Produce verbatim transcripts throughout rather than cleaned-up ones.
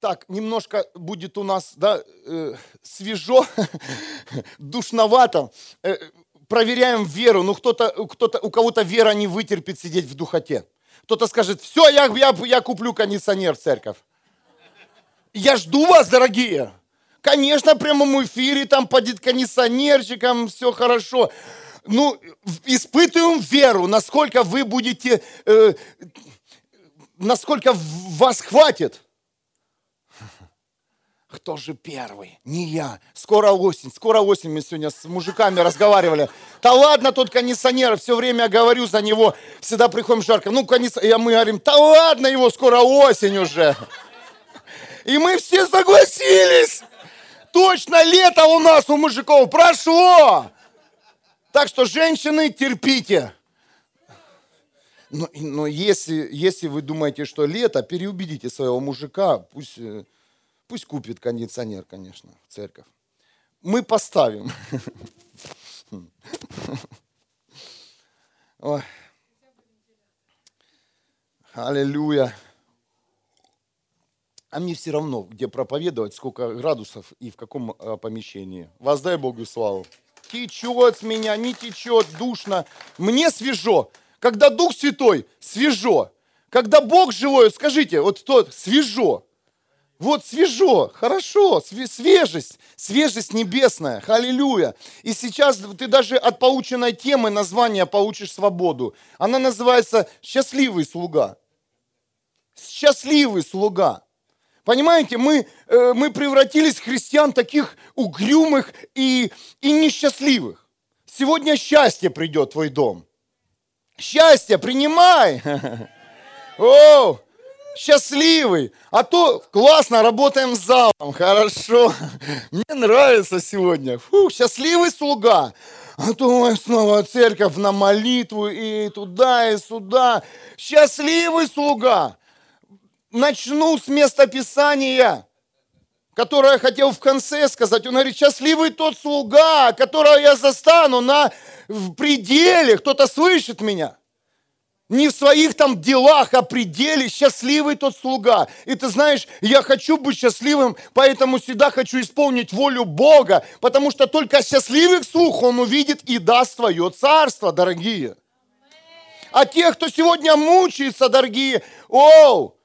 Так, немножко будет у нас, да, э, свежо, душновато. Э, проверяем веру. Ну, кто-то, кто-то, у кого-то вера не вытерпит сидеть в духоте. Кто-то скажет, все, я, я, я куплю кондиционер в церковь. Я жду вас, дорогие. Конечно, в прямом эфире, там под кондиционерчиком, все хорошо. Ну, испытываем веру, насколько вы будете, э, насколько вас хватит. Кто же первый? Не я. Скоро осень. Скоро осень. Мы сегодня с мужиками разговаривали. Да ладно, тот кондиционер. Все время говорю за него. Всегда приходим жарко. Ну, кондиционер. И мы говорим, да ладно его, скоро осень уже. И мы все согласились. Точно лето у нас, у мужиков, прошло. Так что, женщины, терпите. Но, но если, если вы думаете, что лето, переубедите своего мужика. Пусть... Пусть купит кондиционер, конечно, в церковь. Мы поставим. Ой. Аллилуйя. А мне все равно, где проповедовать, сколько градусов и в каком а, помещении. Воздай Богу славу. Течет с меня, не течет, душно. Мне свежо. Когда Дух Святой, свежо. Когда Бог живой, скажите, вот тот, свежо. Вот свежо, хорошо, свежесть, свежесть небесная, аллилуйя. И сейчас ты даже от полученной темы названия получишь свободу. Она называется «Счастливый слуга». Счастливый слуга. Понимаете, мы, э, мы превратились в христиан таких угрюмых и, и несчастливых. Сегодня счастье придет в твой дом. Счастье, принимай. О! Счастливый, а то классно, работаем с залом, хорошо, мне нравится сегодня, фу, счастливый слуга, а то ой, снова церковь на молитву и туда, и сюда, счастливый слуга, начну с места Писания, которое я хотел в конце сказать, он говорит, счастливый тот слуга, которого я застану на, в пределе, кто-то слышит меня? Не в своих там делах, а пределе, счастливый тот слуга. И ты знаешь, я хочу быть счастливым, поэтому всегда хочу исполнить волю Бога, потому что только счастливых слух Он увидит и даст свое царство, дорогие. А тех, кто сегодня мучается, дорогие, оу,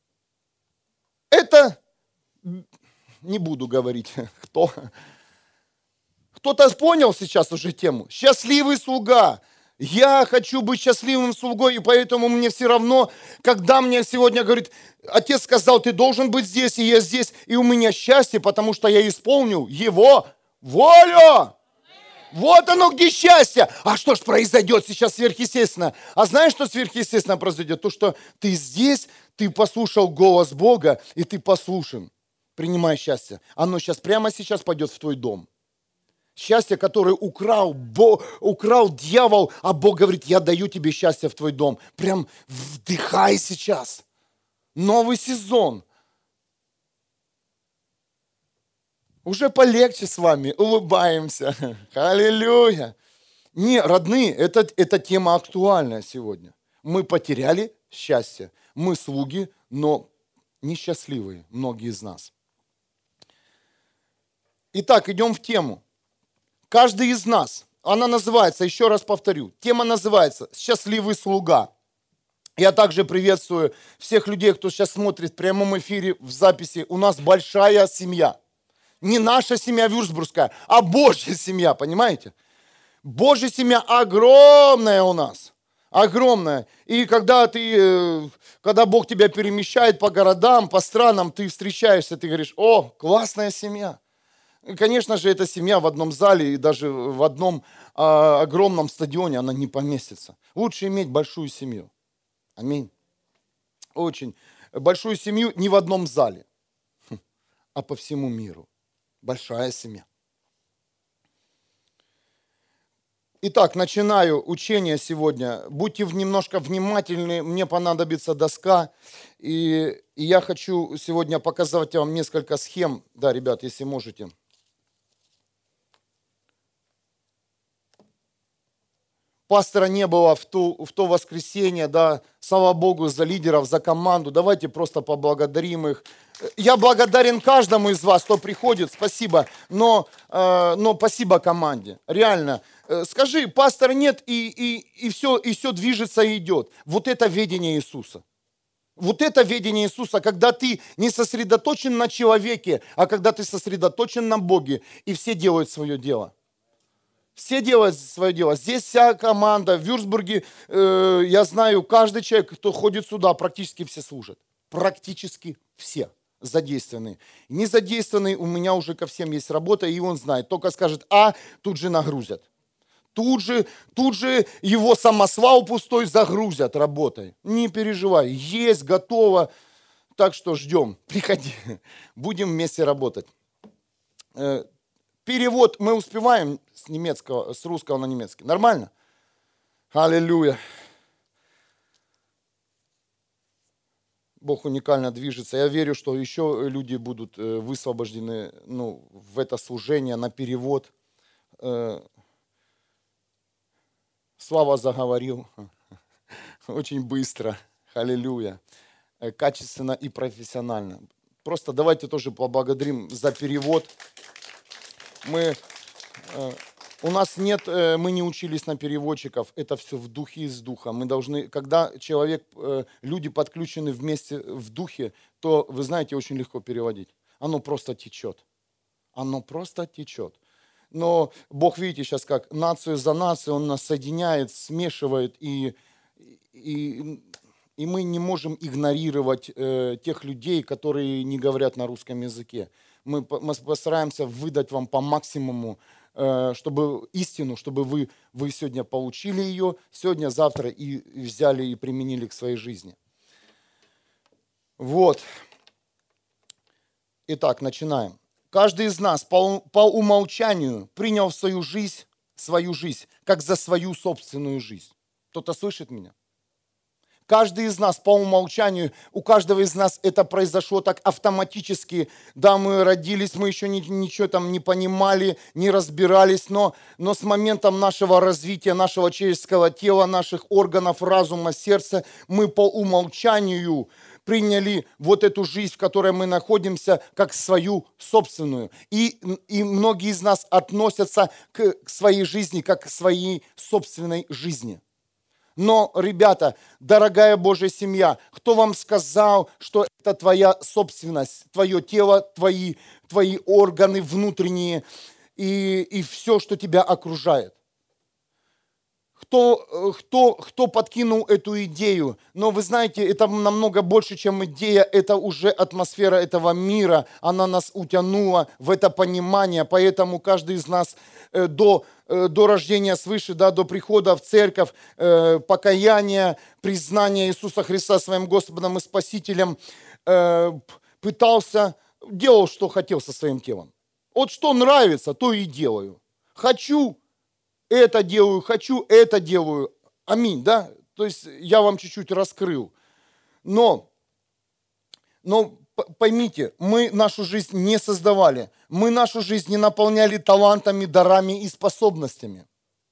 это, не буду говорить, кто. Кто-то понял сейчас уже тему. Счастливый слуга. Я хочу быть счастливым слугой, и поэтому мне все равно, когда мне сегодня говорит, отец сказал, ты должен быть здесь, и я здесь, и у меня счастье, потому что я исполнил его волю. Вот оно где счастье. А что ж произойдет сейчас сверхъестественно? А знаешь, что сверхъестественно произойдет? То, что ты здесь, ты послушал голос Бога, и ты послушен. Принимай счастье. Оно сейчас, прямо сейчас пойдет в твой дом. Счастье, которое украл, Бог, украл дьявол, а Бог говорит, я даю тебе счастье в твой дом. Прям вдыхай сейчас. Новый сезон. Уже полегче с вами, улыбаемся. Аллилуйя. Не, родные, это, это тема актуальная сегодня. Мы потеряли счастье. Мы слуги, но несчастливые, многие из нас. Итак, идем в тему. Каждый из нас, она называется, еще раз повторю, тема называется «Счастливый слуга». Я также приветствую всех людей, кто сейчас смотрит в прямом эфире, в записи. У нас большая семья. Не наша семья вюрцбургская, а Божья семья, понимаете? Божья семья огромная у нас. Огромная. И когда ты, когда Бог тебя перемещает по городам, по странам, ты встречаешься, ты говоришь, о, классная семья. И, конечно же, эта семья в одном зале и даже в одном а, огромном стадионе, она не поместится. Лучше иметь большую семью. Аминь. Очень. Большую семью не в одном зале, а по всему миру. Большая семья. Итак, начинаю учение сегодня. Будьте немножко внимательны, мне понадобится доска. И, и я хочу сегодня показать вам несколько схем. Да, ребят, если можете. пастора не было в то, в то воскресенье, да, слава Богу за лидеров, за команду. Давайте просто поблагодарим их. Я благодарен каждому из вас, кто приходит, спасибо, но, э, но спасибо команде, реально. Э, скажи, пастора нет, и, и, и, все, и все движется и идет. Вот это видение Иисуса. Вот это видение Иисуса, когда ты не сосредоточен на человеке, а когда ты сосредоточен на Боге, и все делают свое дело. Все делают свое дело. Здесь вся команда. В Вюрцбурге, э, я знаю, каждый человек, кто ходит сюда, практически все служат. Практически все задействованы. Не задействованный, у меня уже ко всем есть работа, и он знает. Только скажет «а», тут же нагрузят. Тут же, тут же его самосвал пустой загрузят работой. Не переживай, есть, готово. Так что ждем, приходи, будем вместе работать. Перевод мы успеваем с немецкого, с русского на немецкий. Нормально? Аллилуйя. Бог уникально движется. Я верю, что еще люди будут высвобождены, ну, в это служение на перевод. Слава заговорил очень быстро, аллилуйя, качественно и профессионально. Просто давайте тоже поблагодарим за перевод. Мы, у нас нет, мы не учились на переводчиков, это все в духе и с духа. Мы должны, когда человек, люди подключены вместе в духе, то, вы знаете, очень легко переводить. Оно просто течет. Оно просто течет. Но Бог, видите, сейчас как нацию за нацией, Он нас соединяет, смешивает, и, и, и мы не можем игнорировать э, тех людей, которые не говорят на русском языке. Мы, мы постараемся выдать вам по максимуму, э, чтобы истину, чтобы вы, вы сегодня получили ее, сегодня, завтра и взяли и применили к своей жизни. Вот. Итак, начинаем. Каждый из нас по, по умолчанию принял в свою жизнь, свою жизнь, как за свою собственную жизнь. Кто-то слышит меня? Каждый из нас по умолчанию, у каждого из нас это произошло так автоматически. Да, мы родились, мы еще ни, ничего там не понимали, не разбирались, но, но с моментом нашего развития, нашего человеческого тела, наших органов, разума, сердца, мы по умолчанию приняли вот эту жизнь, в которой мы находимся, как свою собственную. И, и многие из нас относятся к своей жизни, как к своей собственной жизни. Но, ребята, дорогая Божья семья, кто вам сказал, что это твоя собственность, твое тело, твои, твои органы внутренние и, и все, что тебя окружает? Кто, кто, кто подкинул эту идею? Но вы знаете, это намного больше, чем идея, это уже атмосфера этого мира. Она нас утянула в это понимание, поэтому каждый из нас э, до, э, до рождения свыше, да, до прихода в церковь, э, покаяния, признания Иисуса Христа своим Господом и Спасителем, э, пытался, делал, что хотел со своим телом. Вот что нравится, то и делаю. Хочу, это делаю, хочу, это делаю. Аминь, да? То есть я вам чуть-чуть раскрыл. Но, но поймите, мы нашу жизнь не создавали. Мы нашу жизнь не наполняли талантами, дарами и способностями.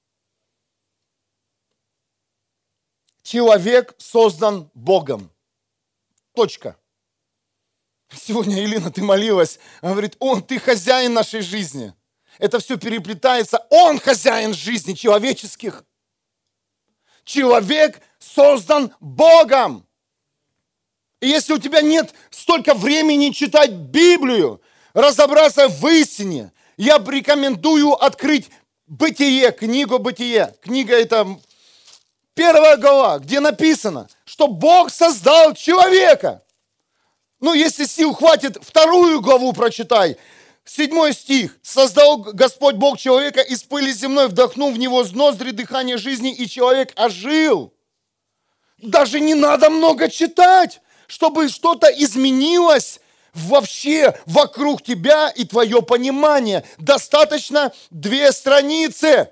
Человек создан Богом. Точка. Сегодня, Елена, ты молилась, она говорит, он, ты хозяин нашей жизни. Это все переплетается. Он хозяин жизни человеческих. Человек создан Богом. И если у тебя нет столько времени читать Библию, разобраться в истине, я рекомендую открыть Бытие, книгу Бытие. Книга это первая глава, где написано, что Бог создал человека. Ну, если сил хватит, вторую главу прочитай. Седьмой стих. «Создал Господь Бог человека из пыли земной, вдохнув в него с ноздри дыхание жизни, и человек ожил». Даже не надо много читать, чтобы что-то изменилось вообще вокруг тебя и твое понимание. Достаточно две страницы.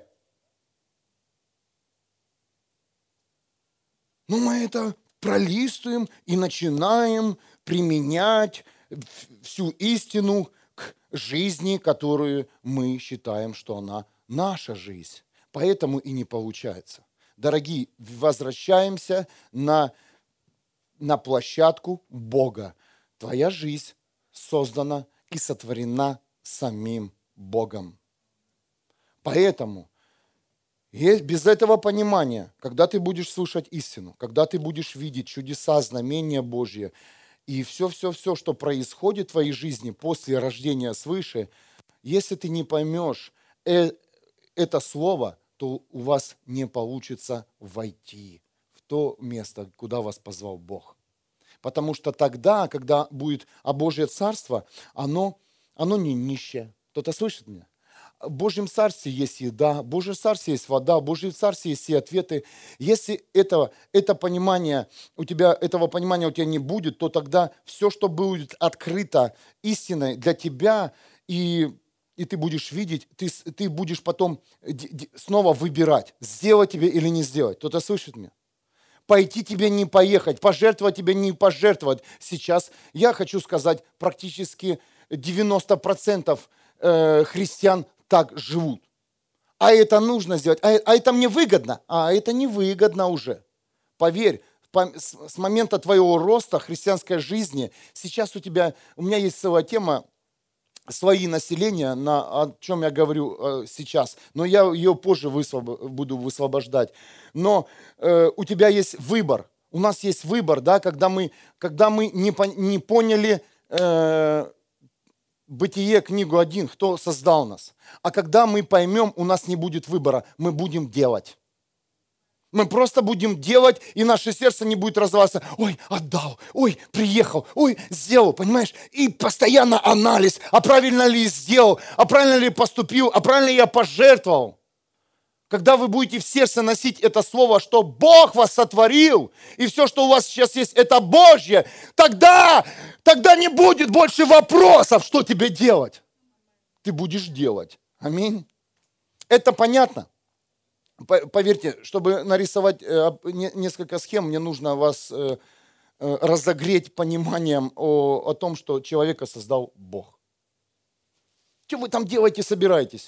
Но мы это пролистываем и начинаем применять всю истину к жизни, которую мы считаем, что она наша жизнь. Поэтому и не получается. Дорогие, возвращаемся на, на площадку Бога. Твоя жизнь создана и сотворена самим Богом. Поэтому без этого понимания, когда ты будешь слушать истину, когда ты будешь видеть чудеса, знамения Божьи, и все-все-все, что происходит в твоей жизни после рождения свыше, если ты не поймешь э, это слово, то у вас не получится войти в то место, куда вас позвал Бог. Потому что тогда, когда будет а Божье Царство, оно, оно не нищее. Кто-то слышит меня? В Божьем Царстве есть еда, в Божьем Царстве есть вода, в Божьем Царстве есть все ответы. Если этого, это понимание, у тебя, этого понимания у тебя не будет, то тогда все, что будет открыто истиной для тебя, и, и ты будешь видеть, ты, ты будешь потом снова выбирать, сделать тебе или не сделать. Кто-то слышит меня? Пойти тебе не поехать, пожертвовать тебе не пожертвовать. Сейчас я хочу сказать, практически девяносто процентов христиан так живут. А это нужно сделать, а, а это мне выгодно, а это не выгодно уже. Поверь, по, с, с момента твоего роста христианской жизни, сейчас у тебя, у меня есть целая тема, свои населения, на, о чем я говорю э, сейчас, но я ее позже высвоб, буду высвобождать. Но э, у тебя есть выбор, у нас есть выбор, да, когда мы, когда мы не, не поняли э, Бытие, книгу один, кто создал нас. А когда мы поймем, у нас не будет выбора, мы будем делать. Мы просто будем делать, и наше сердце не будет развиваться. Ой, отдал, ой, приехал, ой, сделал, понимаешь? И постоянно анализ, а правильно ли сделал, а правильно ли поступил, а правильно ли я пожертвовал. Когда вы будете в сердце носить это слово, что Бог вас сотворил, и все, что у вас сейчас есть, это Божье, тогда, тогда не будет больше вопросов, что тебе делать. Ты будешь делать. Аминь. Это понятно. Поверьте, чтобы нарисовать несколько схем, мне нужно вас разогреть пониманием о, о том, что человека создал Бог. Что вы там делаете, собираетесь?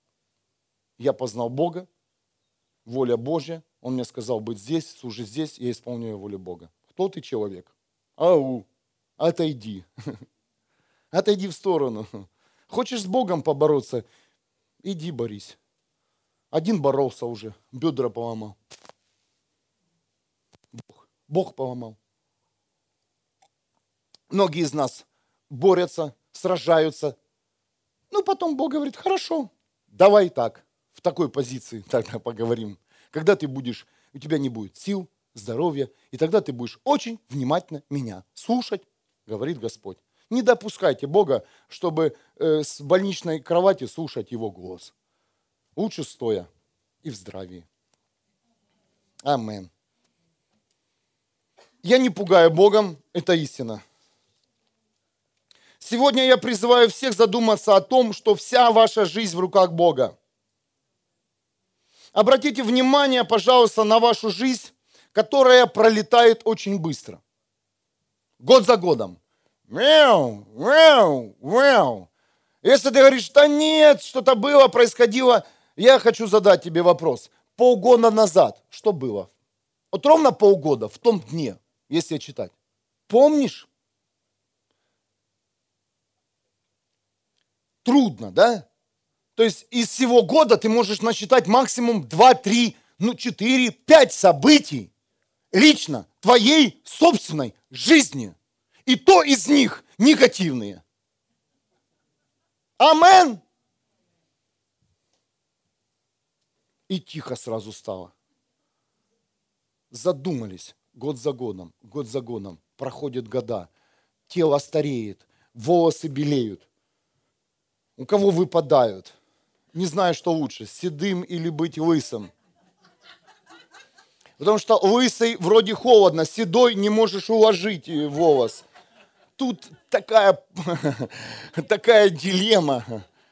Я познал Бога, воля Божья, Он мне сказал быть здесь, служить здесь, я исполняю волю Бога. Кто ты, человек? Ау, отойди. Отойди в сторону. Хочешь с Богом побороться? Иди борись. Один боролся уже, бедра поломал. Бог, Бог поломал. Многие из нас борются, сражаются. Ну, потом Бог говорит, хорошо, давай так, в такой позиции тогда поговорим. Когда ты будешь, у тебя не будет сил, здоровья, и тогда ты будешь очень внимательно меня слушать, говорит Господь. Не допускайте Бога, чтобы э, с больничной кровати слушать Его голос. Лучше стоя и в здравии. Амин. Я не пугаю Богом, это истина. Сегодня я призываю всех задуматься о том, что вся ваша жизнь в руках Бога. Обратите внимание, пожалуйста, на вашу жизнь, которая пролетает очень быстро. Год за годом. Мяу, мяу, мяу. Если ты говоришь, да нет, что-то было, происходило, я хочу задать тебе вопрос. Полгода назад что было? Вот ровно полгода, в том дне, если читать. Помнишь? Трудно, да? То есть из всего года ты можешь насчитать максимум два, три, ну четыре, пять событий лично твоей собственной жизни. И то из них негативные. Амен. И тихо сразу стало. Задумались год за годом, год за годом. Проходят года. Тело стареет, волосы белеют. У кого выпадают. Не знаю, что лучше, седым или быть лысым. Потому что лысый вроде холодно, седой не можешь уложить волос. Тут такая, такая дилемма.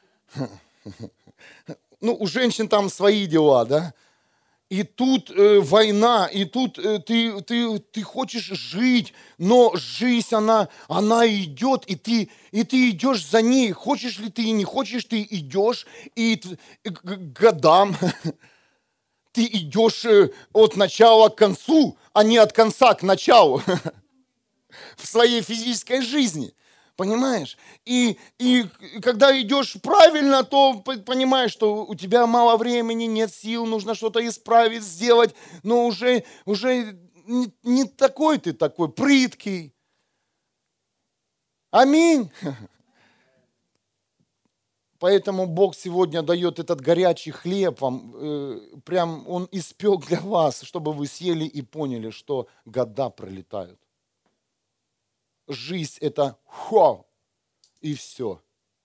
Ну, у женщин там свои дела, да? И тут э, война, и тут э, ты, ты, ты хочешь жить, но жизнь, она, она идет, и ты, и ты идешь за ней. Хочешь ли ты и не хочешь, ты идешь, и к годам ты идешь от начала к концу, а не от конца к началу в своей физической жизни. Понимаешь? И, и когда идешь правильно, то понимаешь, что у тебя мало времени, нет сил, нужно что-то исправить, сделать, но уже, уже не, не такой ты такой прыткий. Аминь. Поэтому Бог сегодня дает этот горячий хлеб вам, э, прям Он испек для вас, чтобы вы съели и поняли, что года пролетают. Жизнь это хо, и все.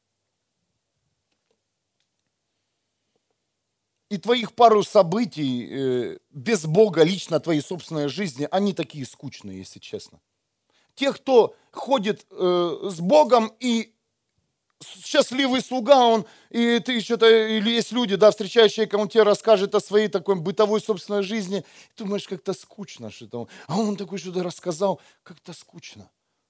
И твоих пару событий э, без Бога, лично твоей собственной жизни, они такие скучные, если честно. Те, кто ходит э, с Богом и счастливый слуга, он, и ты что-то, или есть люди, да, встречающие, кому тебе расскажет о своей такой бытовой собственной жизни, ты думаешь, как-то скучно, что-то, а он такой что-то рассказал, как-то скучно.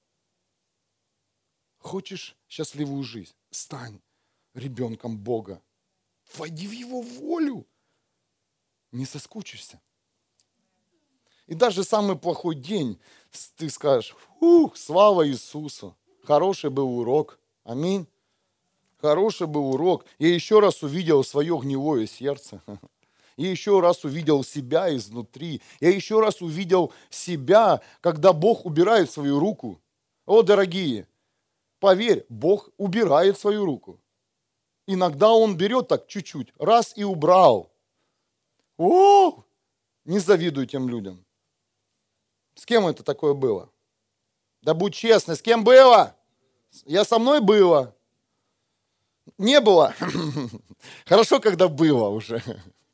Хочешь счастливую жизнь? Стань ребенком Бога. Войди в Его волю. Не соскучишься. И даже самый плохой день, ты скажешь, ух, слава Иисусу, хороший был урок. Аминь. Хороший был урок. Я еще раз увидел свое гнилое сердце. Я еще раз увидел себя изнутри. Я еще раз увидел себя, когда Бог убирает свою руку. О, дорогие, поверь, Бог убирает свою руку. Иногда Он берет так чуть-чуть, раз и убрал. О, не завидуй тем людям. С кем это такое было? Да будь честный, с кем было? Я со мной было. Не было. Хорошо, когда было уже.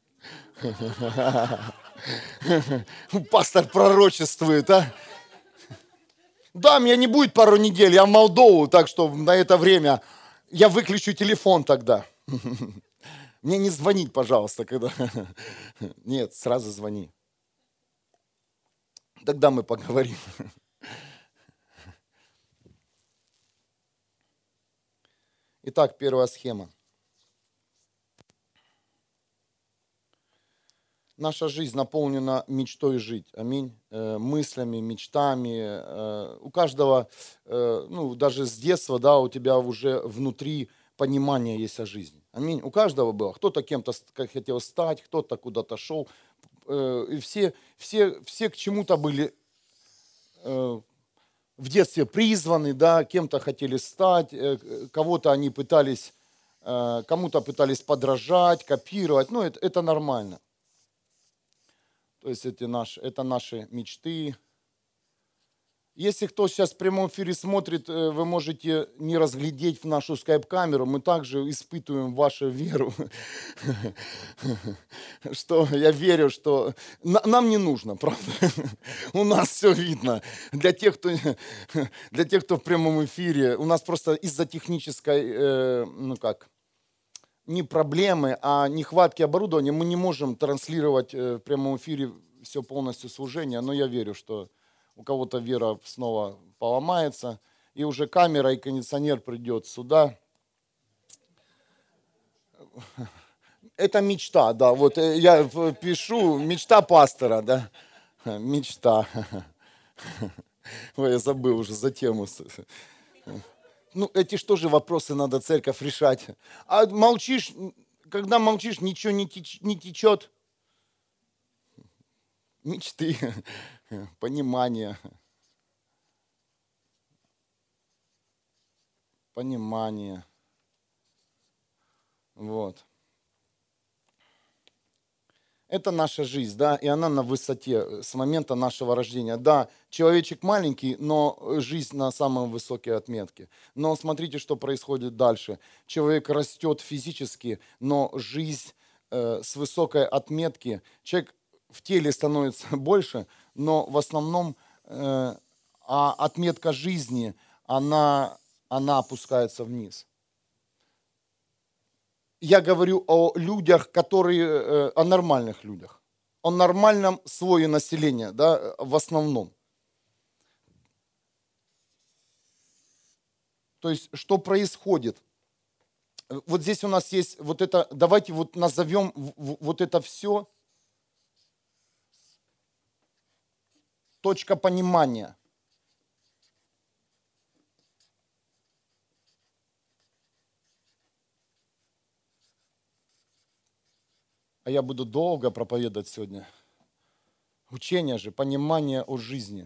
Пастор пророчествует, а? Да, меня не будет пару недель, я в Молдову, так что на это время я выключу телефон тогда. Мне не звонить, пожалуйста, когда... Нет, сразу звони. Тогда мы поговорим. Итак, первая схема. Наша жизнь наполнена мечтой жить. Аминь. Э, мыслями, мечтами. Э, у каждого, э, ну, даже с детства, да, у тебя уже внутри понимание есть о жизни. Аминь. У каждого было. Кто-то кем-то хотел стать, кто-то куда-то шел. Э, и все, все, все к чему-то были э, в детстве призваны, да, кем-то хотели стать, э, кого-то они пытались, э, кому-то пытались подражать, копировать. Ну, это, это нормально. То есть это наши, это наши мечты. Если кто сейчас в прямом эфире смотрит, вы можете не разглядеть в нашу скайп-камеру, мы также испытываем вашу веру. Что я верю, что нам не нужно, правда. У нас все видно. Для тех, кто, для тех, кто в прямом эфире, у нас просто из-за технической, ну как, не проблемы, а нехватки оборудования, мы не можем транслировать в прямом эфире все полностью служение, но я верю, что у кого-то вера снова поломается, и уже камера и кондиционер придет сюда. Это мечта, да, вот я пишу, мечта пастора, да, мечта. Ой, я забыл уже за тему. Ну, эти что же вопросы надо церковь решать? А молчишь, когда молчишь, ничего не, теч, не течет. Мечты, понимание. Понимание. Вот. Это наша жизнь, да, и она на высоте с момента нашего рождения. Да, человечек маленький, но жизнь на самой высокой отметке. Но смотрите, что происходит дальше. Человек растет физически, но жизнь э, с высокой отметки. Человек в теле становится больше, но в основном э, а отметка жизни, она, она опускается вниз. Я говорю о людях, которые, о нормальных людях, о нормальном слое населения, да, в основном. То есть, что происходит? Вот здесь у нас есть вот это, давайте вот назовем вот это все точка понимания. А я буду долго проповедовать сегодня. Учение же, понимание о жизни.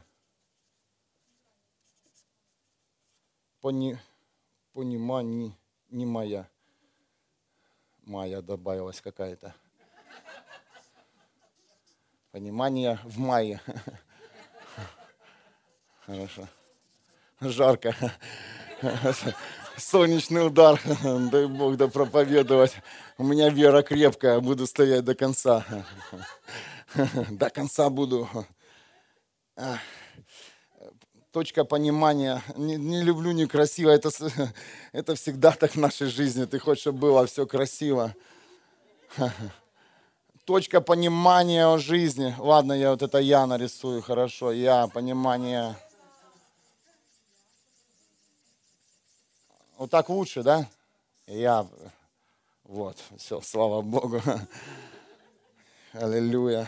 Пони, понимание, не моя. Майя добавилась какая-то. Понимание в мае. Хорошо. Жарко. Солнечный удар. Дай Бог да проповедовать. У меня вера крепкая. Буду стоять до конца. До конца буду. Точка понимания. Не, не люблю некрасиво. Это, это всегда так в нашей жизни. Ты хочешь, чтобы было все красиво. Точка понимания о жизни. Ладно, я вот это я нарисую. Хорошо. Я, понимание. Вот так лучше, да? Я. Вот. Все, слава Богу. Аллилуйя.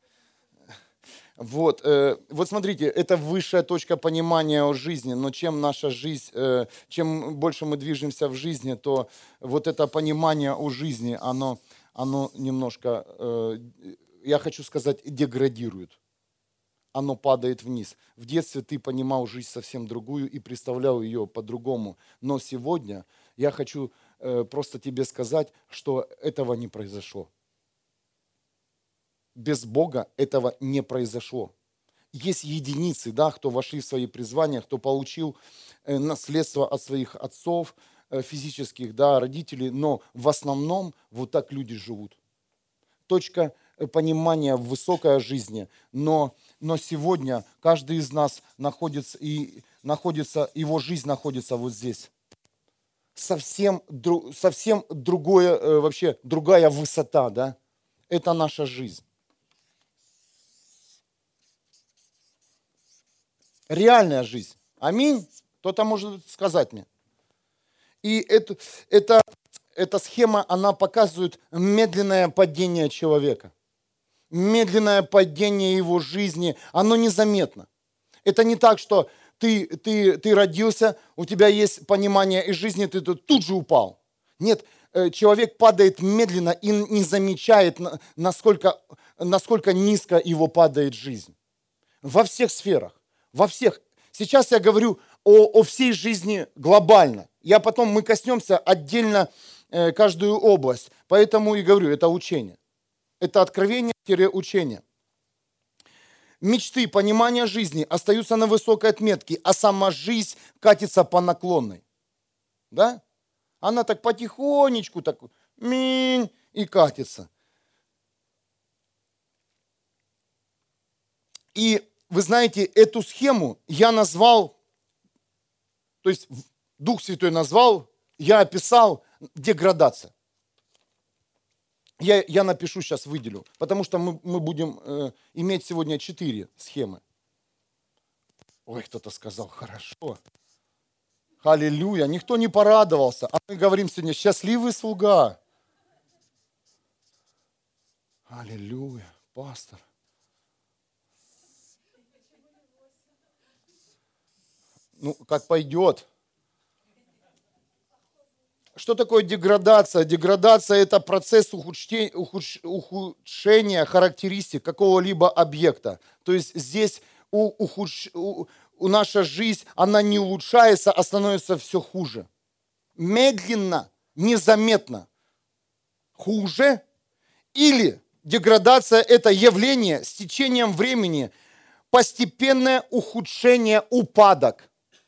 Вот, э, вот смотрите, это высшая точка понимания о жизни, но чем наша жизнь, э, чем больше мы движемся в жизни, то вот это понимание о жизни, оно, оно немножко, э, я хочу сказать, деградирует. Оно падает вниз. В детстве ты понимал жизнь совсем другую и представлял ее по-другому. Но сегодня я хочу э, просто тебе сказать, что этого не произошло. Без Бога этого не произошло. Есть единицы, да, кто вошли в свои призвания, кто получил э, наследство от своих отцов, э, физических, да, родителей, но в основном вот так люди живут. Точка понимания в высокой жизни, но, но сегодня каждый из нас находится, и находится, его жизнь находится вот здесь. Совсем, совсем другое, э, вообще другая высота, да, это наша жизнь. Реальная жизнь. Аминь. Кто-то может сказать мне. И это, это, эта схема, она показывает медленное падение человека. Медленное падение его жизни, оно незаметно. Это не так, что ты, ты, ты родился, у тебя есть понимание из жизни, ты тут же упал. Нет, человек падает медленно и не замечает, насколько, насколько низко его падает жизнь. Во всех сферах. Во всех. Сейчас я говорю о, о всей жизни глобально. Я потом, мы коснемся отдельно э, каждую область. Поэтому и говорю, это учение. Это откровение-учение. Мечты, понимание жизни остаются на высокой отметке, а сама жизнь катится по наклонной. Да? Она так потихонечку, так минь, и катится. И вы знаете, эту схему я назвал, то есть Дух Святой назвал, я описал деградация. Я, я напишу сейчас, выделю, потому что мы, мы будем э, иметь сегодня четыре схемы. Ой, кто-то сказал, хорошо. Аллилуйя, никто не порадовался. А мы говорим сегодня, счастливый слуга. Аллилуйя, пастор. Ну, как пойдет. Что такое деградация? Деградация – это процесс ухудшения, ухудшения характеристик какого-либо объекта. То есть здесь у, ухудш, у, у наша жизнь, она не улучшается, а становится все хуже. Медленно, незаметно. Хуже. Или деградация – это явление с течением времени, постепенное ухудшение, упадок.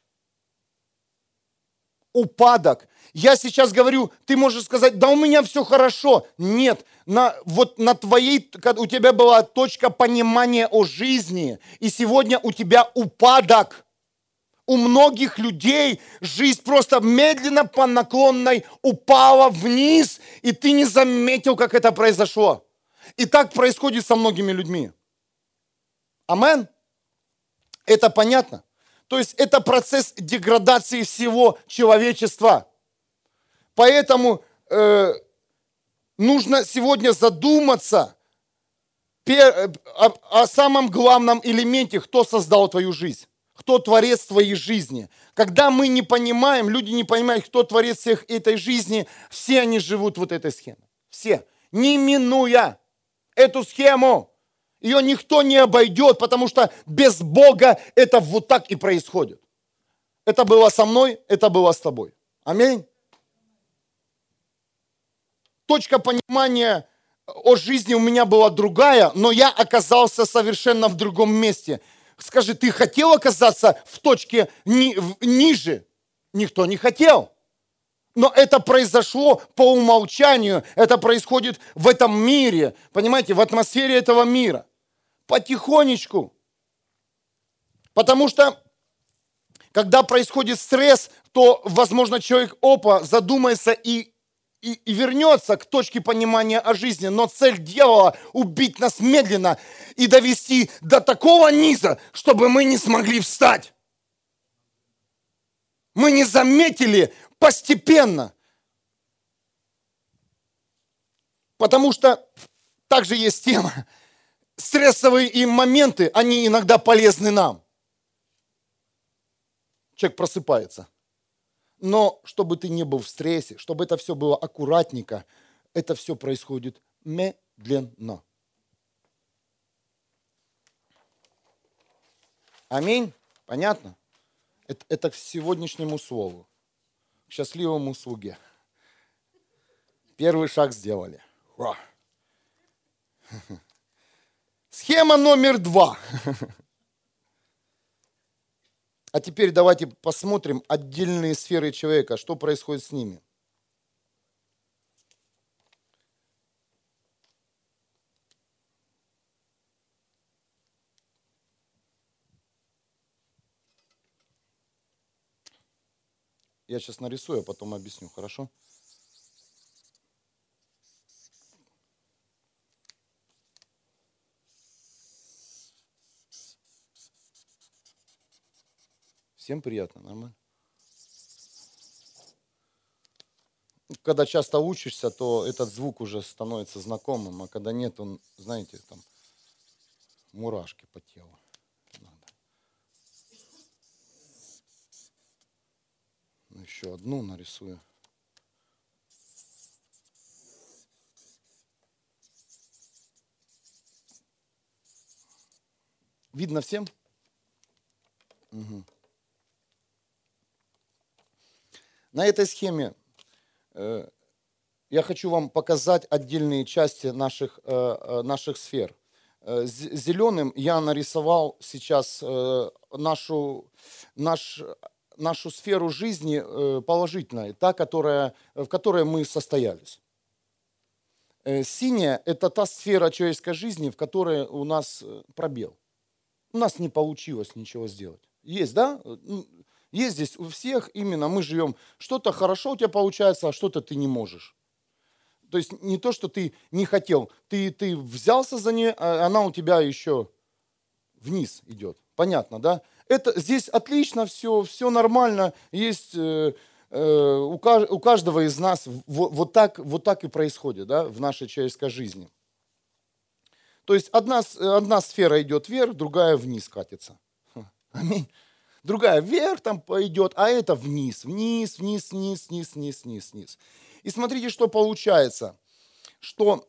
Упадок. Я сейчас говорю, ты можешь сказать, да у меня все хорошо. Нет, на, вот на твоей, у тебя была точка понимания о жизни, и сегодня у тебя упадок. У многих людей жизнь просто медленно по наклонной упала вниз, и ты не заметил, как это произошло. И так происходит со многими людьми. Амен? Это понятно? То есть это процесс деградации всего человечества. Поэтому э, нужно сегодня задуматься, о, о самом главном элементе, кто создал твою жизнь, кто творец твоей жизни. Когда мы не понимаем, люди не понимают, кто творец всех этой жизни, все они живут вот этой схемой. Все. Не минуя эту схему. Ее никто не обойдет, потому что без Бога это вот так и происходит. Это было со мной, это было с тобой. Аминь. Точка понимания о жизни у меня была другая, но я оказался совершенно в другом месте. Скажи, ты хотел оказаться в точке ни, в, ниже? Никто не хотел. Но это произошло по умолчанию, это происходит в этом мире, понимаете, в атмосфере этого мира. Потихонечку. Потому что, когда происходит стресс, то, возможно, человек опа задумается и И, и вернется к точке понимания о жизни. Но цель дьявола – убить нас медленно и довести до такого низа, чтобы мы не смогли встать. Мы не заметили постепенно. Потому что также есть тема. Стрессовые и моменты, они иногда полезны нам. Человек просыпается. Но чтобы ты не был в стрессе, чтобы это все было аккуратненько, это все происходит медленно. Аминь? Понятно? Это, это к сегодняшнему слову, к счастливому слуге. Первый шаг сделали. Ура. Схема номер два. А теперь давайте посмотрим отдельные сферы человека, что происходит с ними. Я сейчас нарисую, а потом объясню, хорошо? Всем приятно, нормально? Когда часто учишься, то этот звук уже становится знакомым, а когда нет, он, знаете, там мурашки по телу. Надо. Еще одну нарисую. Видно всем? Угу. На этой схеме э, я хочу вам показать отдельные части наших, э, наших сфер. Э, зеленым я нарисовал сейчас э, нашу, наш, нашу сферу жизни э, положительной, та, которая, в которой мы состоялись. Э, синяя – это та сфера человеческой жизни, в которой у нас пробел. У нас не получилось ничего сделать. Есть, да? Есть здесь у всех именно, мы живем, что-то хорошо у тебя получается, а что-то ты не можешь. То есть не то, что ты не хотел, ты, ты взялся за нее, а она у тебя еще вниз идет. Понятно, да? Это, здесь отлично все, все нормально, есть э, э, у, у каждого из нас вот, вот, так, вот так и происходит, да, в нашей человеческой жизни. То есть одна, одна сфера идет вверх, другая вниз катится. Аминь. Другая вверх там пойдет, а это вниз, вниз, вниз, вниз, вниз, вниз, вниз, вниз. И смотрите, что получается, что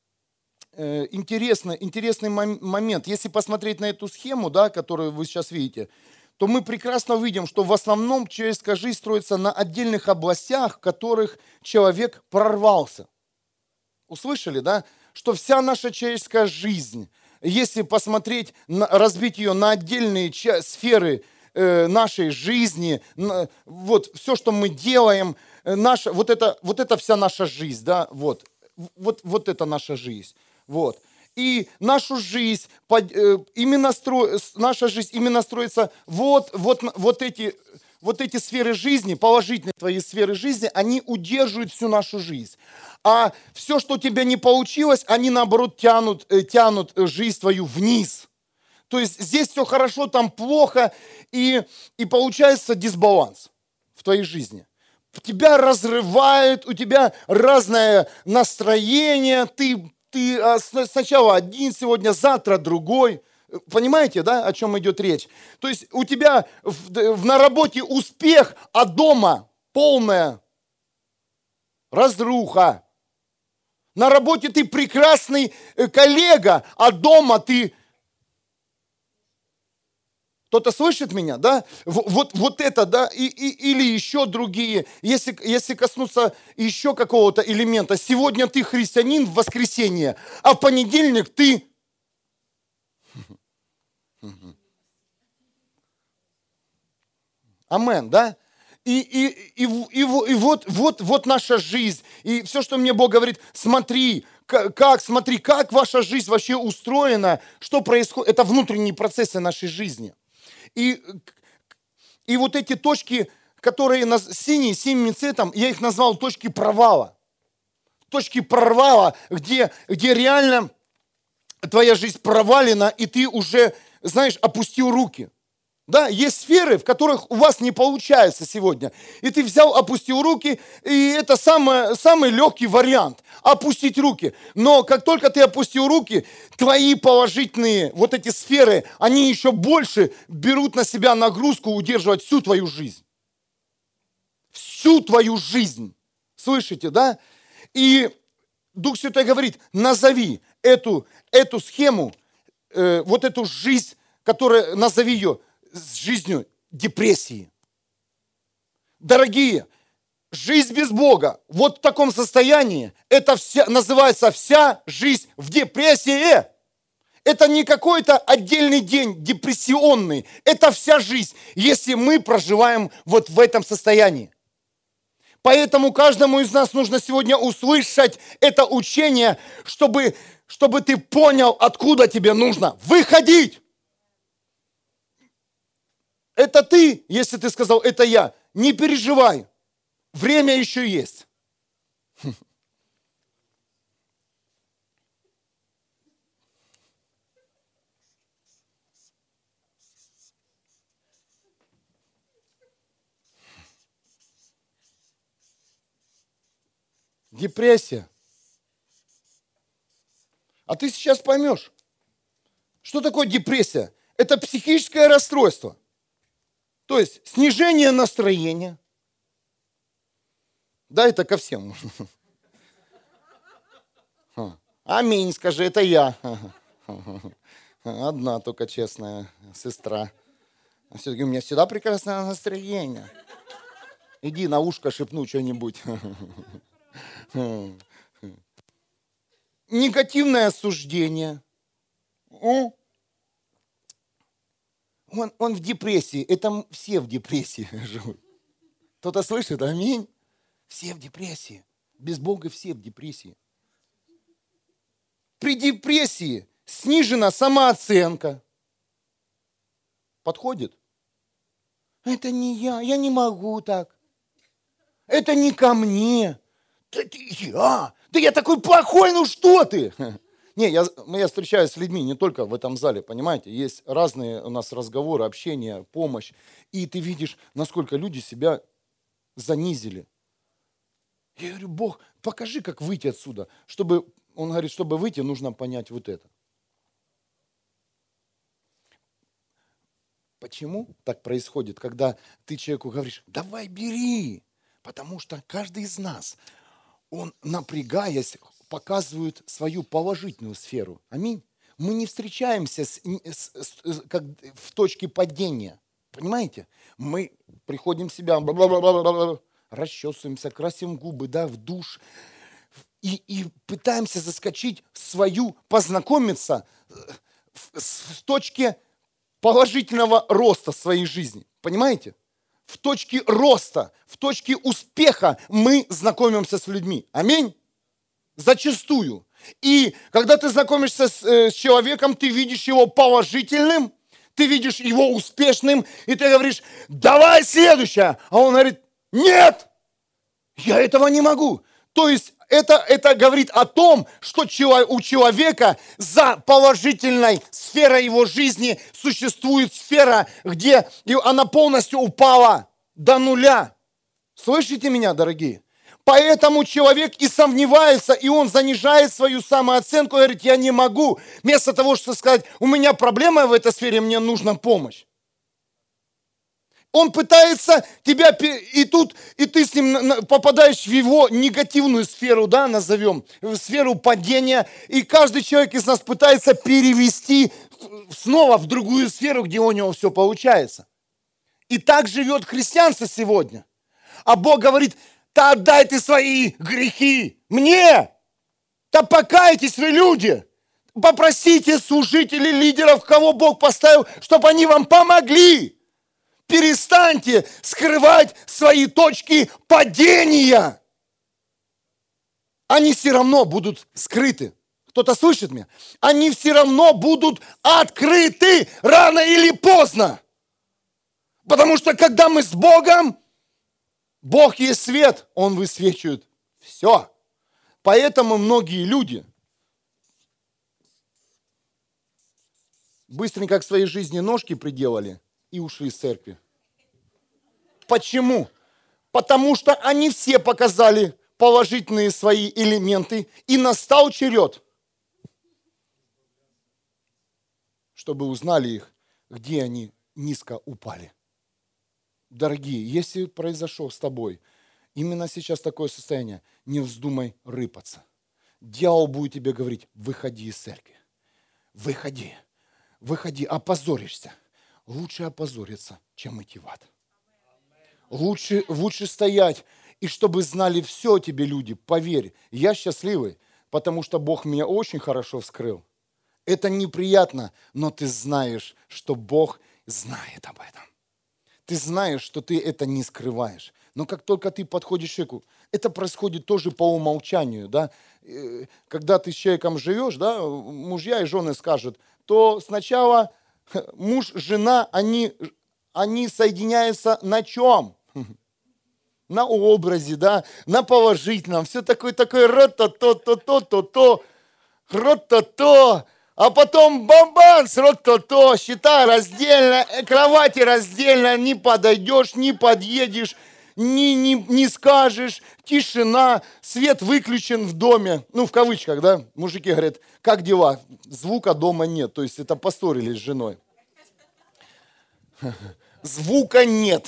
э, интересный, интересный момент. Если посмотреть на эту схему, да, которую вы сейчас видите, то мы прекрасно увидим, что в основном человеческая жизнь строится на отдельных областях, в которых человек прорвался. Услышали, да? Что вся наша человеческая жизнь, если посмотреть, разбить ее на отдельные сферы нашей жизни, вот все, что мы делаем, наша, вот, это, вот это вся наша жизнь, да, вот, вот, вот это наша жизнь, вот. И нашу жизнь, именно стро, наша жизнь именно строится, вот, вот, вот, эти, вот эти сферы жизни, положительные твои сферы жизни, они удерживают всю нашу жизнь. А все, что у тебя не получилось, они наоборот тянут, тянут жизнь твою вниз. То есть здесь все хорошо, там плохо, и, и получается дисбаланс в твоей жизни. Тебя разрывает, у тебя разное настроение, ты ты а, с- сначала один сегодня, завтра другой. Понимаете, да, о чем идет речь? То есть у тебя в- в- на работе успех, а дома полная разруха. На работе ты прекрасный э, коллега, а дома ты... Кто-то слышит меня, да? В- Вот, вот это, да? И, и- или еще другие. Если, если коснуться еще какого-то элемента. Сегодня ты христианин в воскресенье, а в понедельник ты... Амен, да? И, и, и, в- и, в- и вот, вот, вот наша жизнь. И все, что мне Бог говорит, смотри, ка- как, смотри, как ваша жизнь вообще устроена, что происходит. Это внутренние процессы нашей жизни. И, и вот эти точки, которые нас, синие, синим цветом, я их назвал точки провала. Точки провала, где, где реально твоя жизнь провалена, и ты уже, знаешь, опустил руки. Да, есть сферы, в которых у вас не получается сегодня. И ты взял, опустил руки, и это самое, самый легкий вариант. Опустить руки. Но как только ты опустил руки, твои положительные вот эти сферы, они еще больше берут на себя нагрузку удерживать всю твою жизнь. Всю твою жизнь. Слышите, да? И Дух Святой говорит, назови эту, эту схему, э, вот эту жизнь, которая, назови ее, с жизнью депрессии. Дорогие, жизнь без Бога, вот в таком состоянии, это вся, называется вся жизнь в депрессии. Это не какой-то отдельный день депрессионный, это вся жизнь, если мы проживаем вот в этом состоянии. Поэтому каждому из нас нужно сегодня услышать это учение, чтобы, чтобы ты понял, откуда тебе нужно выходить. Это ты, если ты сказал, это я. Не переживай. Время еще есть. Депрессия. А ты сейчас поймешь, что такое депрессия. Это психическое расстройство. То есть снижение настроения. Да, это ко всем. Аминь, скажи, это я. Одна только честная сестра. Все-таки у меня всегда прекрасное настроение. Иди на ушко шепну что-нибудь. Негативное осуждение. Он, он в депрессии. Это все в депрессии живут. Кто-то слышит? Аминь. Все в депрессии. Без Бога все в депрессии. При депрессии снижена самооценка. Подходит? Это не я, я не могу так. Это не ко мне. Да ты я, да я такой плохой, ну что ты? Не, я, я встречаюсь с людьми не только в этом зале, понимаете, есть разные у нас разговоры, общение, помощь, и ты видишь, насколько люди себя занизили. Я говорю, Бог, покажи, как выйти отсюда, чтобы, он говорит, чтобы выйти, нужно понять вот это. Почему так происходит, когда ты человеку говоришь, давай бери, потому что каждый из нас, он, напрягаясь, показывает свою положительную сферу. Аминь. Мы не встречаемся с, с, с, как в точке падения. Понимаете? Мы приходим в себя, расчесываемся, красим губы, да, в душ. И, и пытаемся заскочить в свою, познакомиться в, в точке положительного роста своей жизни. Понимаете? В точке роста, в точке успеха мы знакомимся с людьми. Аминь. Зачастую. И когда ты знакомишься с, э, с человеком, ты видишь его положительным, ты видишь его успешным, и ты говоришь, давай следующее. А он говорит, нет, я этого не могу. То есть это, это говорит о том, что у человека за положительной сферой его жизни существует сфера, где она полностью упала до нуля. Слышите меня, дорогие? Поэтому человек и сомневается, и он занижает свою самооценку, и говорит, я не могу. Вместо того, чтобы сказать, у меня проблема в этой сфере, мне нужна помощь. Он пытается тебя, и тут, и ты с ним попадаешь в его негативную сферу, да, назовем, в сферу падения, и каждый человек из нас пытается перевести снова в другую сферу, где у него все получается. И так живет христианство сегодня. А Бог говорит, да отдай ты свои грехи мне, да покайтесь вы, люди, попросите служителей, лидеров, кого Бог поставил, чтобы они вам помогли. Перестаньте скрывать свои точки падения. Они все равно будут скрыты. Кто-то слышит меня? Они все равно будут открыты рано или поздно. Потому что когда мы с Богом, Бог есть свет, Он высвечивает все. Поэтому многие люди быстренько к своей жизни ножки приделали и ушли из церкви. Почему? Потому что они все показали положительные свои элементы, и настал черед, чтобы узнали их, где они низко упали. Дорогие, если произошло с тобой именно сейчас такое состояние, не вздумай рыпаться. Дьявол будет тебе говорить, выходи из церкви, выходи, выходи, опозоришься. Лучше опозориться, чем идти в ад. Лучше, лучше стоять, и чтобы знали все тебе люди, поверь, я счастливый, потому что Бог меня очень хорошо вскрыл. Это неприятно, но ты знаешь, что Бог знает об этом. Ты знаешь, что ты это не скрываешь. Но как только ты подходишь к человеку, это происходит тоже по умолчанию, да. Когда ты с человеком живешь, да, мужья и жены скажут, то сначала муж, жена, они, они соединяются на чем? На образе, да, на положительном. Все такое, такое ро-то-то-то-то-то-то, ро-то-то. А потом бамбанс, ро-то-то, счета раздельно, кровати раздельно, не подойдешь, не подъедешь, не, не, не скажешь, тишина, свет выключен в доме, ну, в кавычках, да, мужики говорят, как дела? Звука дома нет, то есть это поссорились с женой. Звука нет.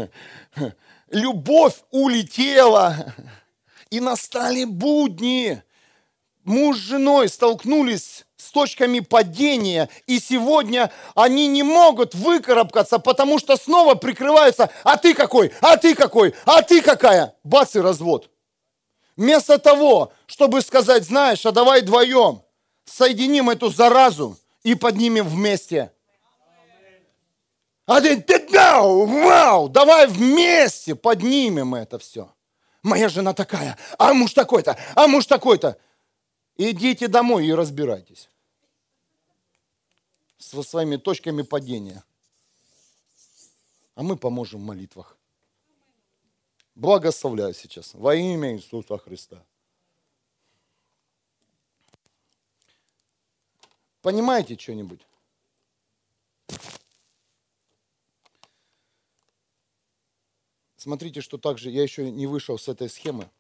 Любовь улетела. И настали будни. Муж с женой столкнулись с точками падения, и сегодня они не могут выкарабкаться, потому что снова прикрываются, а ты какой, а ты какой, а ты какая. Бац, и развод. Вместо того, чтобы сказать, знаешь, а давай вдвоем соединим эту заразу и поднимем вместе. А ты, ты, вау, давай вместе поднимем это все. Моя жена такая, а муж такой-то, а муж такой-то. Идите домой и разбирайтесь со своими точками падения. А мы поможем в молитвах. Благословляю сейчас во имя Иисуса Христа. Понимаете что-нибудь? Смотрите, что также, я еще не вышел с этой схемы.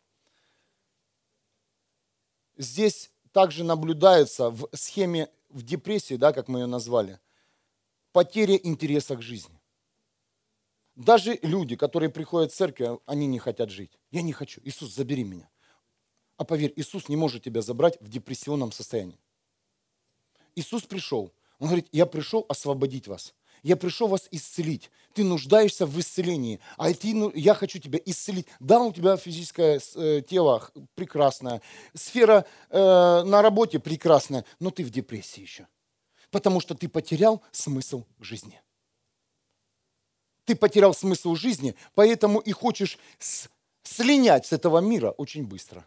Здесь также наблюдается в схеме, в депрессии, да, как мы ее назвали, потеря интереса к жизни. Даже люди, которые приходят в церковь, они не хотят жить. Я не хочу. Иисус, забери меня. А поверь, Иисус не может тебя забрать в депрессионном состоянии. Иисус пришел. Он говорит, я пришел освободить вас. Я пришел вас исцелить. Ты нуждаешься в исцелении, а ты, ну, я хочу тебя исцелить. Да, у тебя физическое э, тело прекрасное, сфера э, на работе прекрасная, но ты в депрессии еще. Потому что ты потерял смысл жизни. Ты потерял смысл жизни, поэтому и хочешь с, слинять с этого мира очень быстро.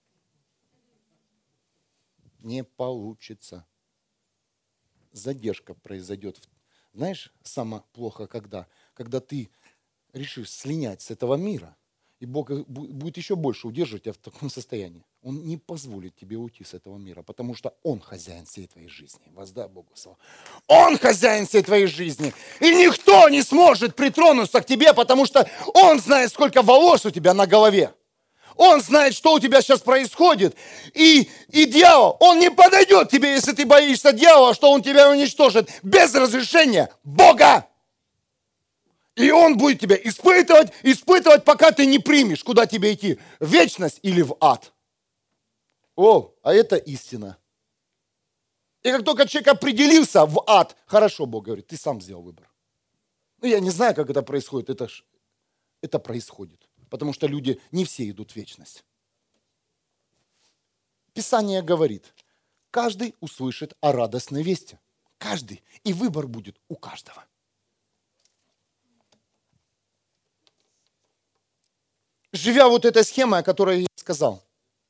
Не получится. Задержка произойдет. Знаешь, самое плохо когда? Когда ты решишь слинять с этого мира, и Бог будет еще больше удерживать тебя в таком состоянии. Он не позволит тебе уйти с этого мира, потому что Он хозяин всей твоей жизни. Воздай Богу славу. Он хозяин всей твоей жизни. И никто не сможет притронуться к тебе, потому что Он знает, сколько волос у тебя на голове. Он знает, что у тебя сейчас происходит. И, и дьявол, он не подойдет тебе, если ты боишься дьявола, что он тебя уничтожит без разрешения Бога. И он будет тебя испытывать, испытывать, пока ты не примешь, куда тебе идти, в вечность или в ад. О, а это истина. И как только человек определился в ад, хорошо, Бог говорит, ты сам сделал выбор. Ну, я не знаю, как это происходит, это, ж, это происходит. Потому что люди не все идут в вечность. Писание говорит, каждый услышит о радостной вести. Каждый. И выбор будет у каждого. Живя вот этой схемой, о которой я сказал,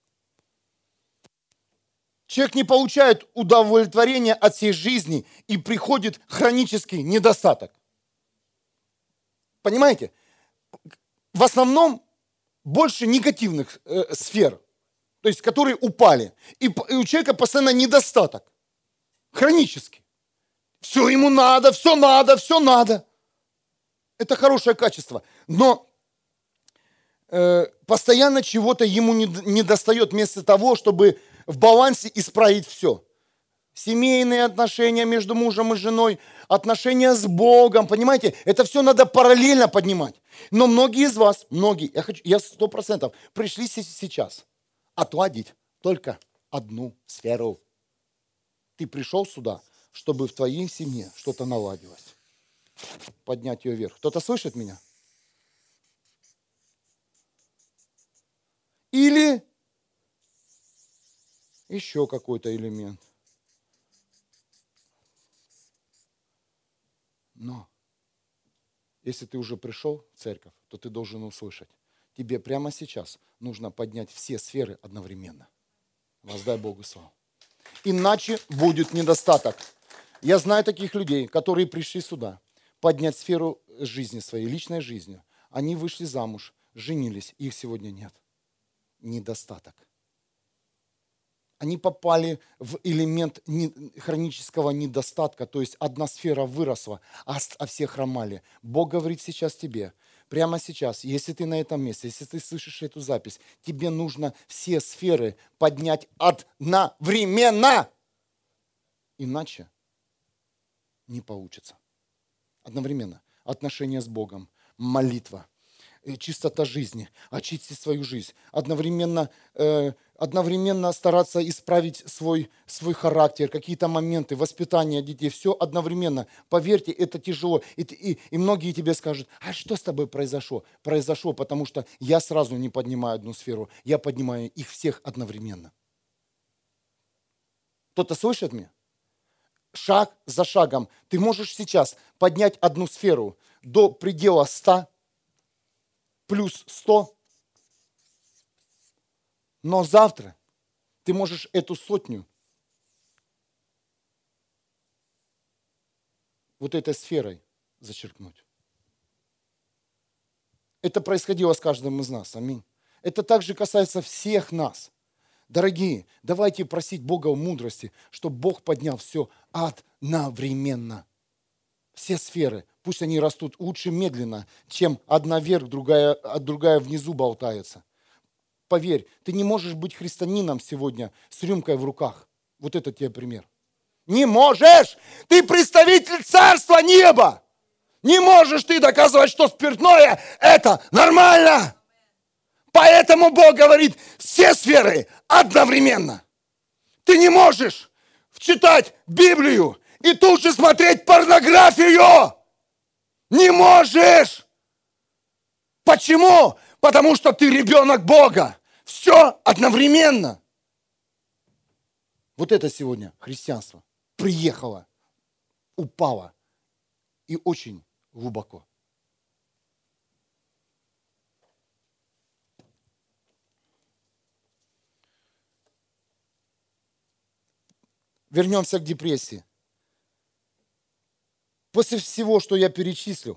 человек не получает удовлетворения от всей жизни и приходит хронический недостаток. Понимаете? В основном больше негативных э, сфер, то есть которые упали. И, и у человека постоянно недостаток. Хронический. Все ему надо, все надо, все надо. Это хорошее качество. Но э, постоянно чего-то ему не, не достает вместо того, чтобы в балансе исправить все. Семейные отношения между мужем и женой, отношения с Богом, понимаете, это все надо параллельно поднимать. Но многие из вас, многие, я хочу, я сто процентов пришли сейчас отладить только одну сферу. Ты пришел сюда, чтобы в твоей семье что-то наладилось. Поднять ее вверх. Кто-то слышит меня? Или еще какой-то элемент. Но если ты уже пришел в церковь, то ты должен услышать. Тебе прямо сейчас нужно поднять все сферы одновременно. Воздай Богу славу. Иначе будет недостаток. Я знаю таких людей, которые пришли сюда поднять сферу жизни своей, личной жизни. Они вышли замуж, женились, их сегодня нет. Недостаток. Они попали в элемент хронического недостатка, то есть одна сфера выросла, а все хромали. Бог говорит сейчас тебе, прямо сейчас, если ты на этом месте, если ты слышишь эту запись, тебе нужно все сферы поднять одновременно. Иначе не получится. Одновременно. Отношения с Богом, молитва, чистота жизни, очистить свою жизнь, одновременно, э, одновременно стараться исправить свой, свой характер, какие-то моменты, воспитание детей, все одновременно. Поверьте, это тяжело. И, и, и многие тебе скажут, а что с тобой произошло? Произошло, потому что я сразу не поднимаю одну сферу, я поднимаю их всех одновременно. Кто-то слышит меня? Шаг за шагом. Ты можешь сейчас поднять одну сферу до предела ста, плюс сто, но завтра ты можешь эту сотню вот этой сферой зачеркнуть. Это происходило с каждым из нас. Аминь. Это также касается всех нас. Дорогие, давайте просить Бога в мудрости, чтобы Бог поднял все одновременно. Все сферы, пусть они растут лучше медленно, чем одна вверх, другая, а другая внизу болтается. Поверь, ты не можешь быть христианином сегодня с рюмкой в руках. Вот это тебе пример. Не можешь! Ты представитель Царства Неба! Не можешь ты доказывать, что спиртное – это нормально! Поэтому Бог говорит, все сферы одновременно. Ты не можешь читать Библию и тут же смотреть порнографию. Не можешь. Почему? Потому что ты ребенок Бога. Все одновременно. Вот это сегодня христианство приехало, упало и очень глубоко. Вернемся к депрессии. После всего, что я перечислил,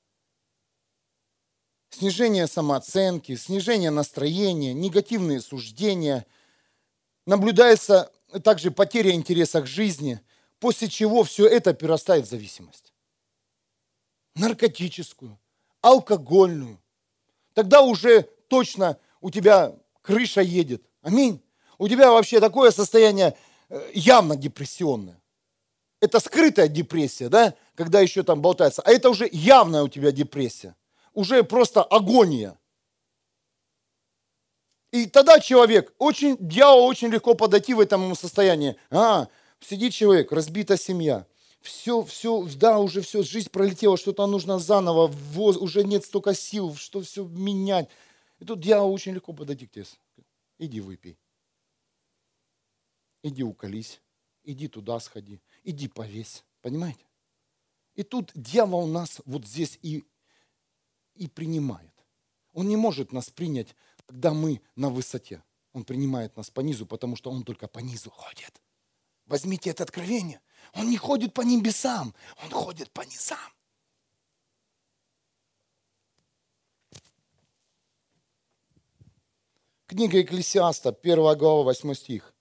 снижение самооценки, снижение настроения, негативные суждения, наблюдается также потеря интереса к жизни, после чего все это перерастает в зависимость. Наркотическую, алкогольную. Тогда уже точно у тебя крыша едет. Аминь. У тебя вообще такое состояние явно депрессионное. Это скрытая депрессия, да, когда еще там болтается. А это уже явная у тебя депрессия. Уже просто агония. И тогда человек, очень, дьяволу очень легко подойти в этом состоянии. А, сидит человек, разбита семья. Все, все, да, уже все, жизнь пролетела, что-то нужно заново, воз, уже нет столько сил, что все менять. И тут дьяволу очень легко подойти к тебе. Иди выпей. Иди уколись. Иди туда сходи. Иди повесь. Понимаете? И тут дьявол нас вот здесь и, и принимает. Он не может нас принять, когда мы на высоте. Он принимает нас по низу, потому что он только по низу ходит. Возьмите это откровение. Он не ходит по небесам, он ходит по низам. Книга Екклесиаста, первая глава, восьмой стих.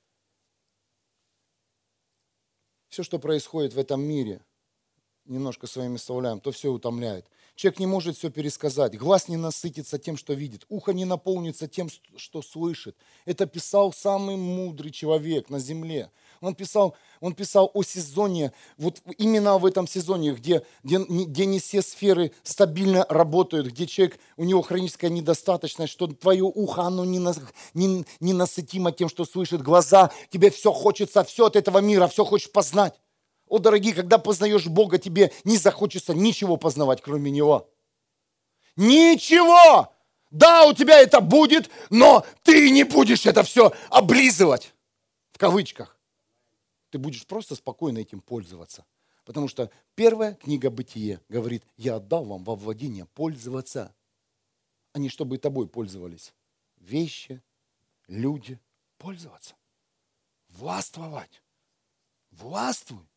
Все, что происходит в этом мире, немножко с вами оставляем, то все утомляет. Человек не может все пересказать. Глаз не насытится тем, что видит. Ухо не наполнится тем, что слышит. Это писал самый мудрый человек на земле. Он писал, он писал о сезоне, вот именно в этом сезоне, где, где, где не все сферы стабильно работают, где человек, у него хроническая недостаточность, что твое ухо, оно не, не, не насытимо тем, что слышит. Глаза, тебе все хочется, все от этого мира, все хочешь познать. О, дорогие, когда познаешь Бога, тебе не захочется ничего познавать, кроме Него. Ничего! Да, у тебя это будет, но ты не будешь это все облизывать, в кавычках. Ты будешь просто спокойно этим пользоваться. Потому что первая книга Бытие говорит, я отдал вам во владение пользоваться, а не чтобы тобой пользовались. Вещи, люди, пользоваться. Властвовать. Властвуй.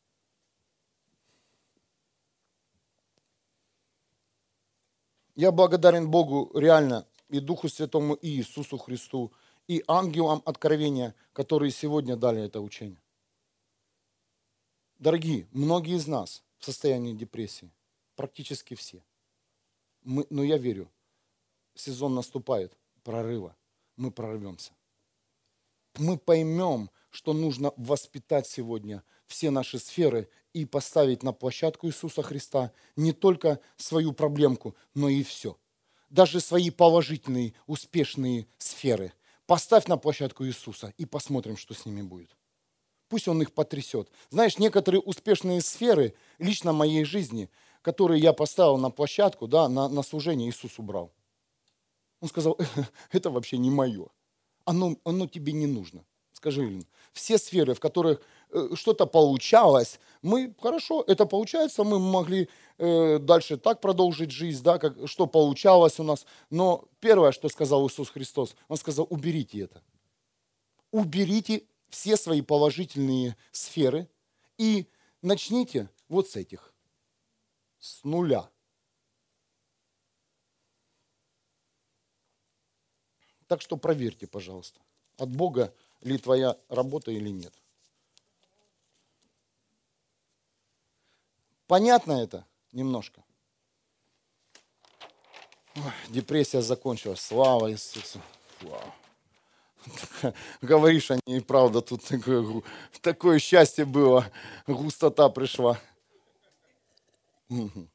Я благодарен Богу реально и Духу Святому, и Иисусу Христу, и ангелам откровения, которые сегодня дали это учение. Дорогие, многие из нас в состоянии депрессии, практически все. Мы, но я верю, сезон наступает, прорыва, мы прорвемся. Мы поймем, что нужно воспитать сегодня все наши сферы и поставить на площадку Иисуса Христа не только свою проблемку, но и все. Даже свои положительные, успешные сферы. Поставь на площадку Иисуса и посмотрим, что с ними будет. Пусть Он их потрясет. Знаешь, некоторые успешные сферы лично моей жизни, которые я поставил на площадку, да, на, на служение, Иисус убрал. Он сказал, это вообще не мое. Оно, оно тебе не нужно. Скажи, Илин, все сферы, в которых э, что-то получалось, мы, хорошо, это получается, мы могли э, дальше так продолжить жизнь, да, как, что получалось у нас. Но первое, что сказал Иисус Христос, Он сказал, уберите это. Уберите все свои положительные сферы и начните вот с этих, с нуля. Так что проверьте, пожалуйста, от Бога ли твоя работа или нет. Понятно это немножко? Ой, депрессия закончилась. Слава Иисусу. Вау. Говоришь, они и правда, тут такое, такое счастье было, густота пришла. Угу.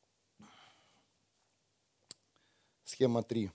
Схема три.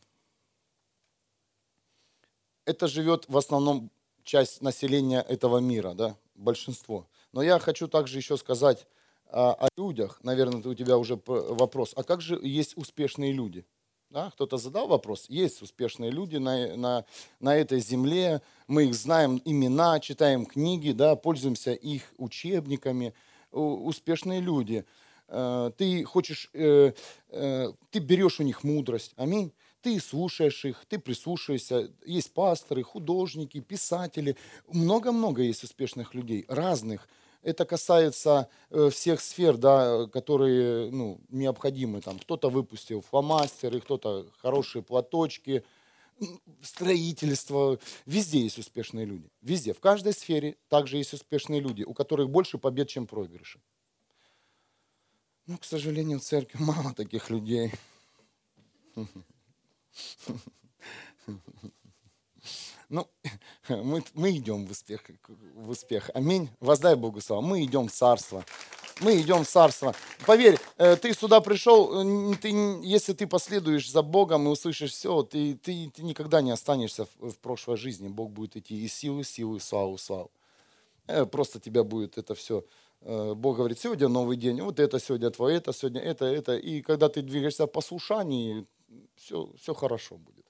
Это живет в основном часть населения этого мира, да, большинство. Но я хочу также еще сказать о, о людях. Наверное, у тебя уже вопрос. А как же есть успешные люди? Да, кто-то задал вопрос. Есть успешные люди на, на, на этой земле. Мы их знаем, имена, читаем книги, да, пользуемся их учебниками. Успешные люди. Ты хочешь, ты берешь у них мудрость. Аминь. Ты слушаешь их, ты прислушаешься. Есть пасторы, художники, писатели. Много-много есть успешных людей, разных. Это касается всех сфер, да, которые ну, необходимы. Там, кто-то выпустил фломастеры, кто-то хорошие платочки, строительство. Везде есть успешные люди. Везде. В каждой сфере также есть успешные люди, у которых больше побед, чем проигрышей. Но, к сожалению, в церкви мало таких людей. Ну, мы, мы идем в успех, в успех. Аминь. Воздай Богу славу. Мы идем в царство. Мы идем в царство. Поверь, э, ты сюда пришел, э, ты, н- если ты последуешь за Богом и услышишь все, ты, ты, ты никогда не останешься в, в прошлой жизни. Бог будет идти из силы в силу, и славу в славу. Э, Просто тебя будет это все. Бог говорит, сегодня новый день, вот это сегодня твое, это сегодня это, это. И когда ты двигаешься в послушании, все, все хорошо будет.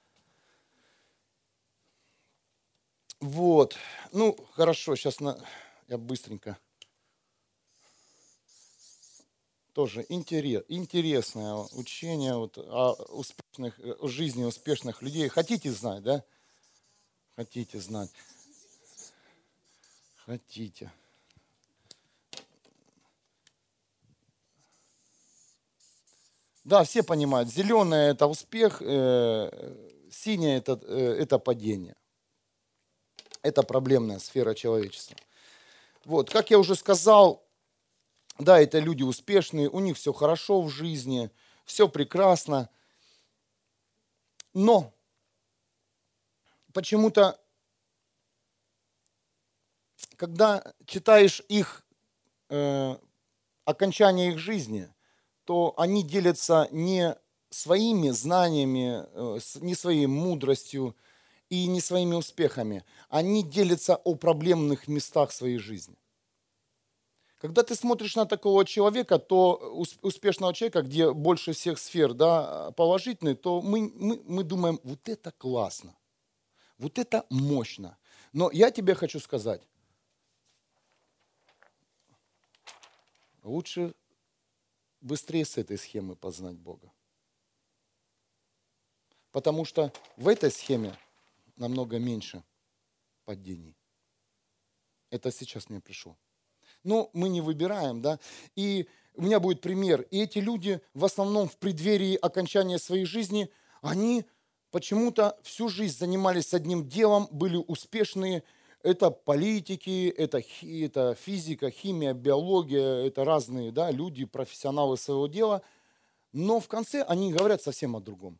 Вот. Ну, хорошо, сейчас на... я быстренько. Тоже интерес, интересное учение вот, о успешных, э, о жизни успешных людей. Хотите знать, да? Хотите знать. Хотите. Да, все понимают, зеленое это успех, э, синее это, э, это падение. Это проблемная сфера человечества. Вот, как я уже сказал, да, это люди успешные, у них все хорошо в жизни, все прекрасно, но почему-то, когда читаешь их э, окончание их жизни, то они делятся не своими знаниями, э, с- не своей мудростью и не своими успехами. Они делятся о проблемных местах своей жизни. Когда ты смотришь на такого человека, то ус- успешного человека, где больше всех сфер да, положительные, то мы, мы, мы думаем, вот это классно, вот это мощно. Но я тебе хочу сказать, лучше быстрее с этой схемы познать Бога. Потому что в этой схеме намного меньше падений. Это сейчас мне пришло. Но мы не выбираем, да. И у меня будет пример. И эти люди в основном в преддверии окончания своей жизни, они почему-то всю жизнь занимались одним делом, были успешные. Это политики, это, хи- это физика, химия, биология, это разные да, люди, профессионалы своего дела. Но в конце они говорят совсем о другом.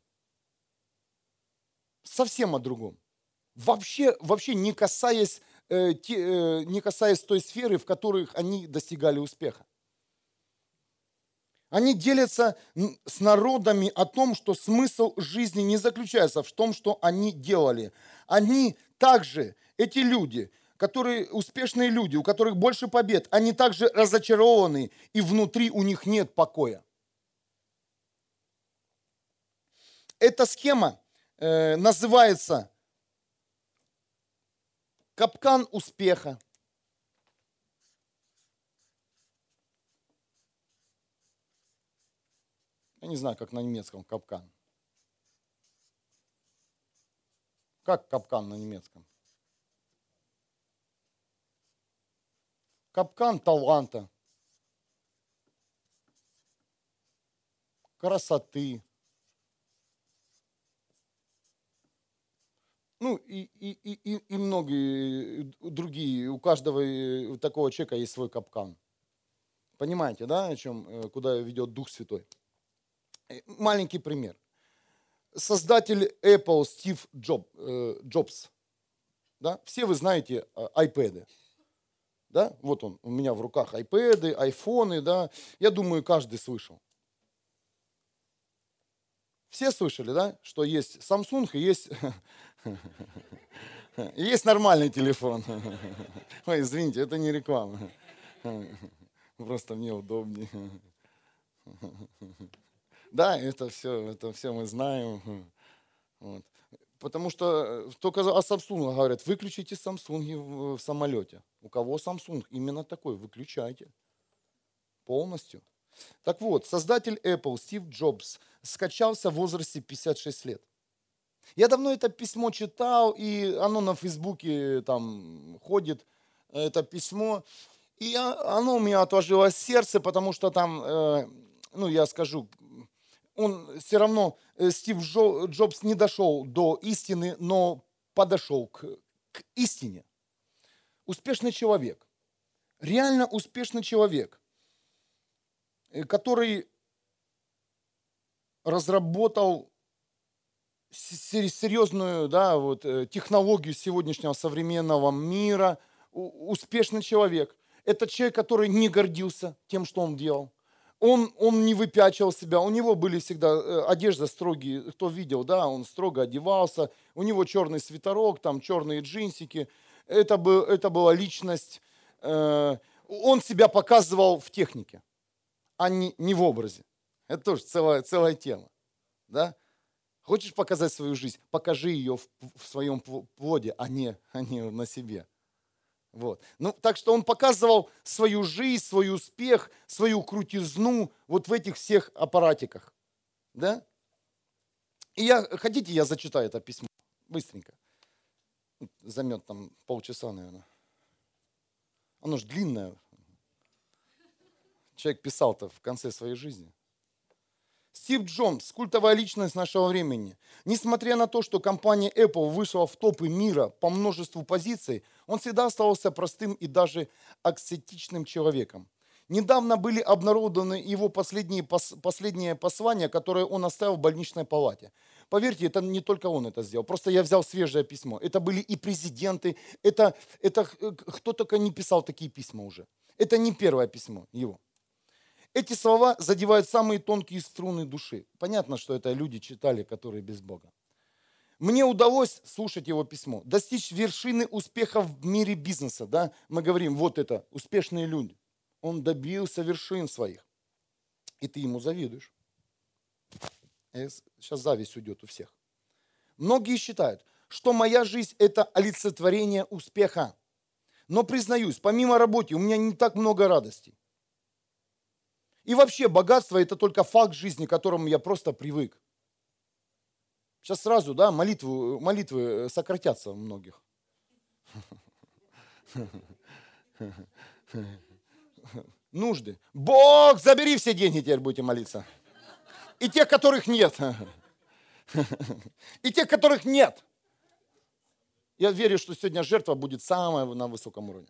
Совсем о другом. Вообще, вообще не касаясь, э, те, э, не касаясь той сферы, в которых они достигали успеха. Они делятся м, с народами о том, что смысл жизни не заключается в том, что они делали. Они также, эти люди, которые успешные люди, у которых больше побед, они также разочарованы, и внутри у них нет покоя. Эта схема э, называется капкан успеха. Я не знаю, как на немецком капкан. Как капкан на немецком? Капкан таланта, красоты. Ну и, и, и, и и многие другие. У каждого э, такого человека есть свой капкан. Понимаете, да, о чем, э, куда ведет Дух Святой? Э, Маленький пример. Создатель Apple Стив Джоб, э, Джобс. Да? Все вы знаете э, айпэды. Да? Вот он, у меня в руках айпэды, айфоны. Да? Я думаю, каждый слышал. Все слышали, да, что есть Samsung и есть, и есть нормальный телефон. Ой, извините, это не реклама. Просто мне удобнее. Да, это все, это все мы знаем. Вот. Потому что э, только о Samsung говорят, выключите Samsung в, в самолете. У кого Samsung? Именно такой, выключайте полностью. Так вот, создатель Apple Стив Джобс скачался в возрасте пятьдесят шесть лет. Я давно это письмо читал, и оно на Фейсбуке там ходит, это письмо. И я- оно у меня отложилось в сердце, потому что там, э, ну я скажу, он все равно, э, Стив Джо- Джобс не дошел до истины, но подошел к, к истине. Успешный человек, реально успешный человек, э, который разработал серьезную, да, вот, технологию сегодняшнего современного мира. Успешный человек. Это человек, который не гордился тем, что он делал. Он, он не выпячивал себя, у него были всегда одежда строгие, кто видел, да, он строго одевался, у него черный свитерок, там черные джинсики, это, был, это была личность, э, он себя показывал в технике, а не, не в образе. Это тоже целая, целая тема, да. Хочешь показать свою жизнь, покажи ее в, в своем плоде, а не, а не на себе. Вот. Ну, так что он показывал свою жизнь, свой успех, свою крутизну вот в этих всех аппаратиках. Да? И я, хотите, я зачитаю это письмо? Быстренько. Займет там полчаса, наверное. Оно же длинное. Человек писал-то в конце своей жизни. Стив Джобс, культовая личность нашего времени. Несмотря на то, что компания Apple вышла в топы мира по множеству позиций, он всегда оставался простым и даже аскетичным человеком. Недавно были обнародованы его последние, последние послания, которые он оставил в больничной палате. Поверьте, это не только он это сделал. Просто я взял свежее письмо. Это были и президенты, это, это кто только не писал такие письма уже. Это не первое письмо его. Эти слова задевают самые тонкие струны души. Понятно, что это люди читали, которые без Бога. Мне удалось, слушать его письмо, достичь вершины успеха в мире бизнеса. Да? Мы говорим, вот это, успешные люди. Он добился вершин своих. И ты ему завидуешь. Сейчас зависть уйдет у всех. Многие считают, что моя жизнь – это олицетворение успеха. Но признаюсь, помимо работы у меня не так много радостей. И вообще богатство – это только факт жизни, к которому я просто привык. Сейчас сразу, да, молитвы, молитвы сократятся у многих. Нужды. Бог, забери все деньги, теперь будете молиться. И тех, которых нет. И тех, которых нет. Я верю, что сегодня жертва будет самая на высоком уровне.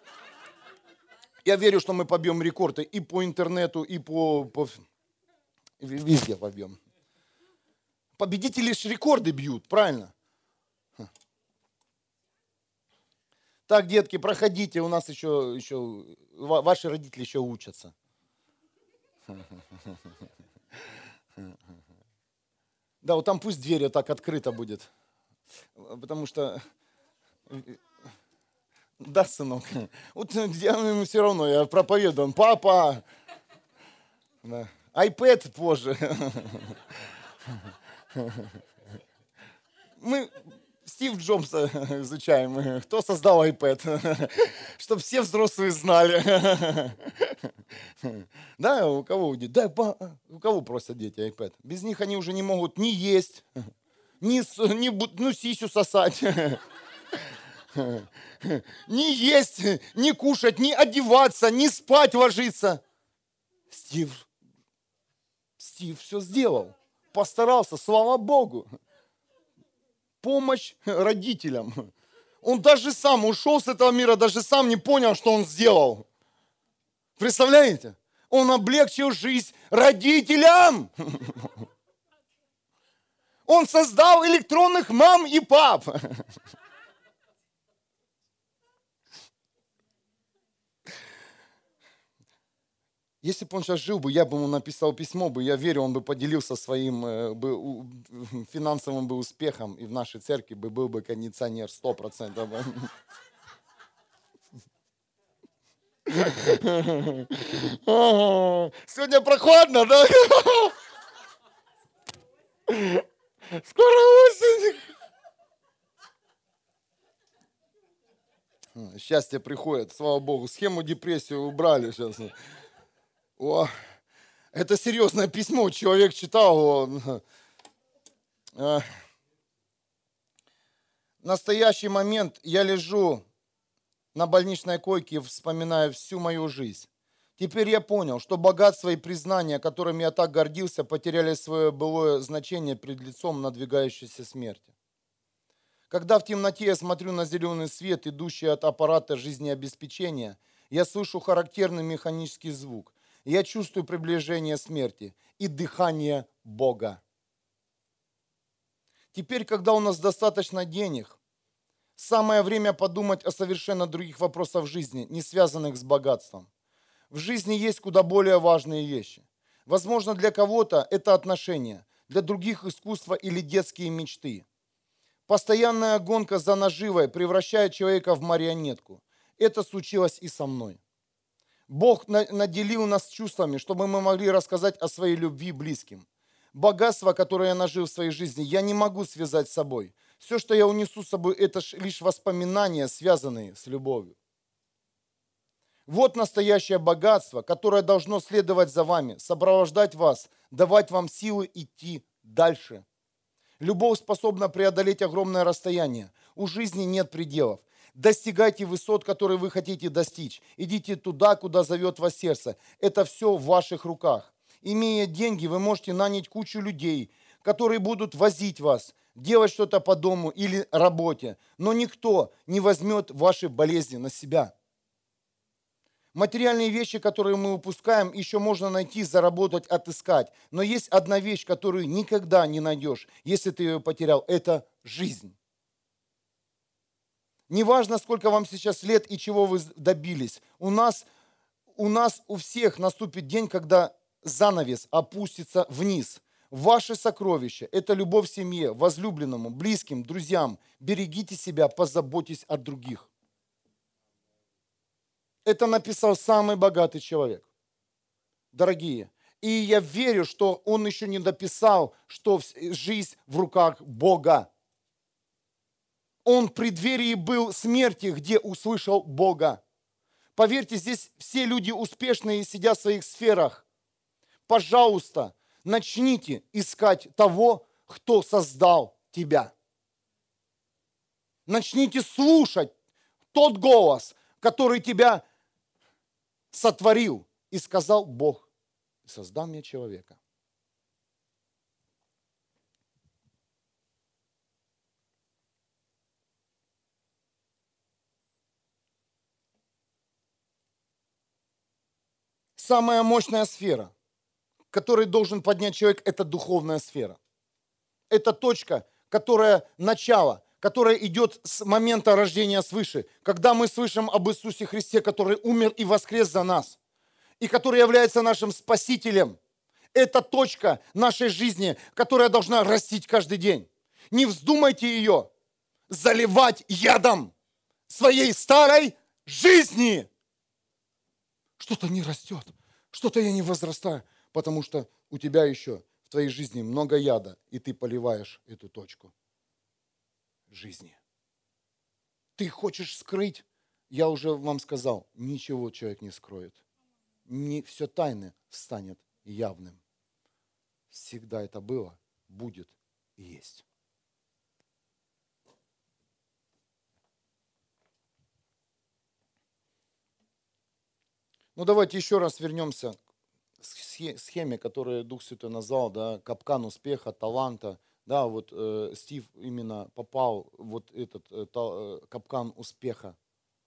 Я верю, что мы побьем рекорды и по интернету, и по, по... везде побьем. Победители лишь рекорды бьют, правильно? Так, детки, проходите, у нас еще, еще ваши родители еще учатся. Да, вот там пусть дверь вот так открыта будет, потому что... Да, сынок. Вот ему все равно, я проповедую. Папа! Да. iPad позже. Мы Стив Джобса изучаем. Кто создал iPad? Чтобы все взрослые знали. Да, у кого дети? Да, у кого просят дети iPad? Без них они уже не могут ни есть, ни, ни ну, сисю сосать. Не есть, не кушать, не одеваться, не спать ложиться. Стив, Стив все сделал, постарался, слава Богу. Помощь родителям. Он даже сам ушел с этого мира, даже сам не понял, что он сделал. Представляете? Он облегчил жизнь родителям. Он создал электронных мам и пап. Если бы он сейчас жил бы, я бы ему написал письмо, бы, я верю, он бы поделился своим бы, финансовым бы успехом, и в нашей церкви бы был бы кондиционер сто процентов. Сегодня прохладно, да? Скоро осень. Счастье приходит, слава Богу. Схему депрессии убрали сейчас. О, это серьезное письмо, человек читал его. В настоящий момент я лежу на больничной койке, вспоминая всю мою жизнь. Теперь я понял, что богатство и признание, которыми я так гордился, потеряли свое былое значение перед лицом надвигающейся смерти. Когда в темноте я смотрю на зеленый свет, идущий от аппарата жизнеобеспечения, я слышу характерный механический звук. Я чувствую приближение смерти и дыхание Бога. Теперь, когда у нас достаточно денег, самое время подумать о совершенно других вопросах в жизни, не связанных с богатством. В жизни есть куда более важные вещи. Возможно, для кого-то это отношения, для других искусство или детские мечты. Постоянная гонка за наживой превращает человека в марионетку. Это случилось и со мной. Бог наделил нас чувствами, чтобы мы могли рассказать о своей любви близким. Богатство, которое я нажил в своей жизни, я не могу связать с собой. Все, что я унесу с собой, это лишь воспоминания, связанные с любовью. Вот настоящее богатство, которое должно следовать за вами, сопровождать вас, давать вам силы идти дальше. Любовь способна преодолеть огромное расстояние. У жизни нет пределов. Достигайте высот, которые вы хотите достичь. Идите туда, куда зовет вас сердце. Это все в ваших руках. Имея деньги, вы можете нанять кучу людей, которые будут возить вас, делать что-то по дому или работе. Но никто не возьмет ваши болезни на себя. Материальные вещи, которые мы упускаем, еще можно найти, заработать, отыскать. Но есть одна вещь, которую никогда не найдешь, если ты ее потерял. Это жизнь. Неважно, сколько вам сейчас лет и чего вы добились. У нас, у нас у всех наступит день, когда занавес опустится вниз. Ваши сокровища – это любовь к семье, возлюбленному, близким, друзьям. Берегите себя, позаботьтесь о других. Это написал самый богатый человек. Дорогие, и я верю, что он еще не дописал, что жизнь в руках Бога. Он в преддверии был смерти, где услышал Бога. Поверьте, здесь все люди успешные сидят в своих сферах. Пожалуйста, начните искать того, кто создал тебя. Начните слушать тот голос, который тебя сотворил. И сказал Бог: создам мне человека. Самая мощная сфера, которой должен поднять человек, это духовная сфера. Это точка, которая начало, которая идет с момента рождения свыше. Когда мы слышим об Иисусе Христе, который умер и воскрес за нас, и который является нашим Спасителем. Это точка нашей жизни, которая должна растить каждый день. Не вздумайте ее заливать ядом своей старой жизни. Что-то не растет, что-то я не возрастаю, потому что у тебя еще в твоей жизни много яда, и ты поливаешь эту точку жизни. Ты хочешь скрыть? Я уже вам сказал, ничего человек не скроет. Не, все тайное станет явным. Всегда это было, будет и есть. Ну давайте еще раз вернемся к схеме, которую Дух Святой назвал, да, капкан успеха, таланта. Да, вот э, Стив именно попал в вот этот э, та, э, капкан успеха.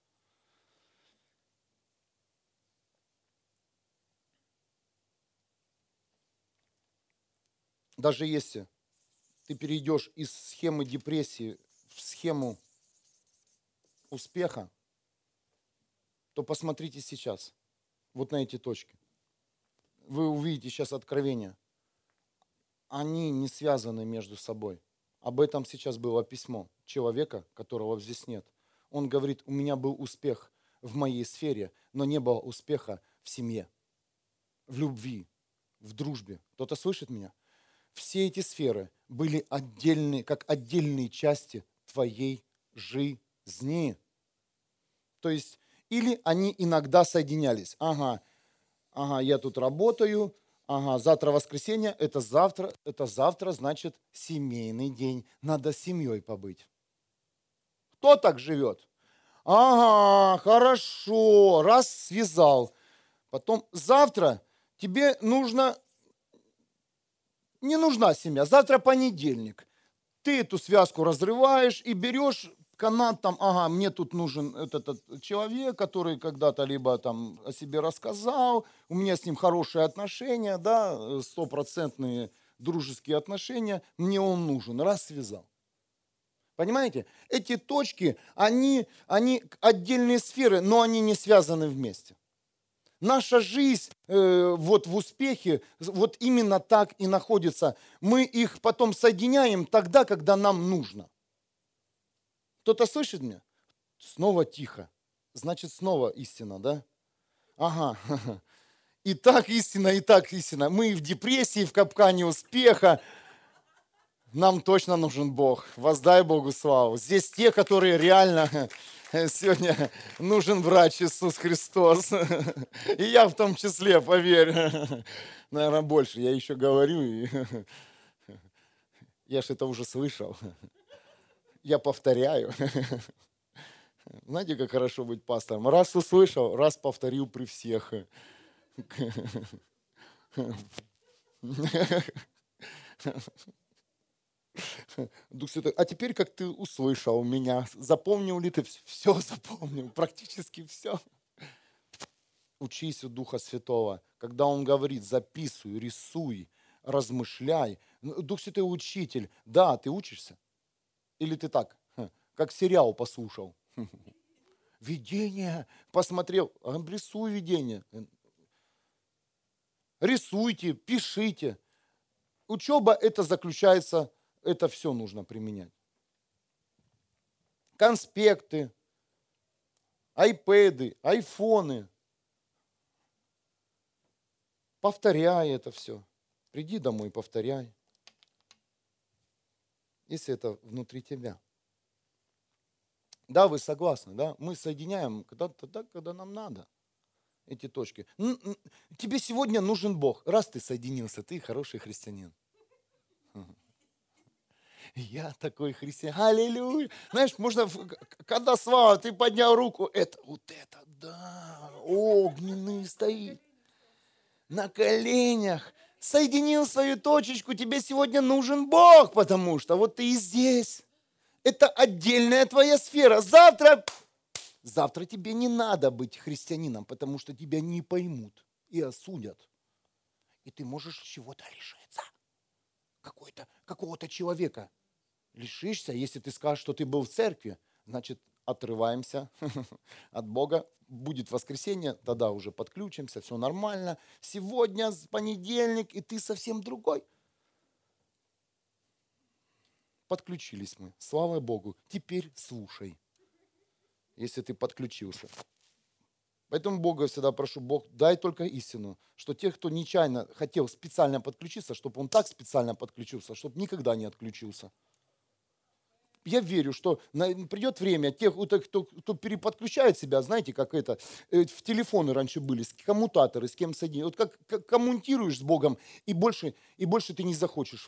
Даже если ты перейдешь из схемы депрессии в схему успеха, то посмотрите сейчас вот на эти точки. Вы увидите сейчас откровения. Они не связаны между собой. Об этом сейчас было письмо человека, которого здесь нет. Он говорит: у меня был успех в моей сфере, но не было успеха в семье, в любви, в дружбе. Кто-то слышит меня? Все эти сферы были отдельные, как отдельные части твоей жизни. То есть, или они иногда соединялись. Ага, ага, я тут работаю, ага, завтра воскресенье, это завтра, это завтра, значит, семейный день. Надо с семьей побыть. Кто так живет? Ага, хорошо, раз связал. Потом завтра тебе нужно... Не нужна семья. Завтра понедельник. Ты эту связку разрываешь и берешь канат там, ага, мне тут нужен этот, этот человек, который когда-то либо там о себе рассказал, у меня с ним хорошие отношения, да, стопроцентные дружеские отношения, мне он нужен. Раз связал. Понимаете? Эти точки, они, они отдельные сферы, но они не связаны вместе. Наша жизнь э, вот в успехе, вот именно так и находится. Мы их потом соединяем тогда, когда нам нужно. Кто-то слышит меня? Снова тихо. Значит, снова истина, да? Ага. И так истина, и так истина. Мы в депрессии, в капкане успеха. Нам точно нужен Бог. Воздай Богу славу. Здесь те, которые реально сегодня нужен врач Иисус Христос. И я в том числе, поверь. Наверное, больше. Я еще говорю. И... Я же это уже слышал. Я повторяю. Знаете, как хорошо быть пастором? Раз услышал, раз повторил при всех. Дух Святой, а теперь, как ты услышал меня, запомнил ли ты? Все запомнил, практически все. Учись у Духа Святого. Когда Он говорит, записывай, рисуй, размышляй. Дух Святой учитель. Да, ты учишься? Или ты так, как сериал послушал? Видение посмотрел, рисуй видение. Рисуйте, пишите. Учеба это заключается... Это все нужно применять. Конспекты, айпэды, айфоны. Повторяй это все. Приди домой и повторяй. Если это внутри тебя. Да, вы согласны, да? Мы соединяем тогда, когда нам надо эти точки. Тебе сегодня нужен Бог. Раз ты соединился, ты хороший христианин. Я такой христианин. Аллилуйя. Знаешь, можно, когда слава, ты поднял руку, это вот это, да, огненный стоит. На коленях. Соединил свою точечку, тебе сегодня нужен Бог, потому что вот ты и здесь. Это отдельная твоя сфера. Завтра, завтра тебе не надо быть христианином, потому что тебя не поймут и осудят. И ты можешь чего-то лишиться. Какой-то, какого-то человека лишишься, если ты скажешь, что ты был в церкви, значит, отрываемся от Бога. Будет воскресенье, тогда уже подключимся, все нормально. Сегодня понедельник, и ты совсем другой. Подключились мы, слава Богу. Теперь слушай, если ты подключился. Поэтому Бога всегда прошу, Бог, дай только истину, что тех, кто нечаянно хотел специально подключиться, чтобы он так специально подключился, чтобы никогда не отключился. Я верю, что придет время, тех, кто, кто переподключает себя, знаете, как это, в телефоны раньше были, коммутаторы, с кем соединить. Вот как, как коммунируешь с Богом, и больше, и больше ты не захочешь.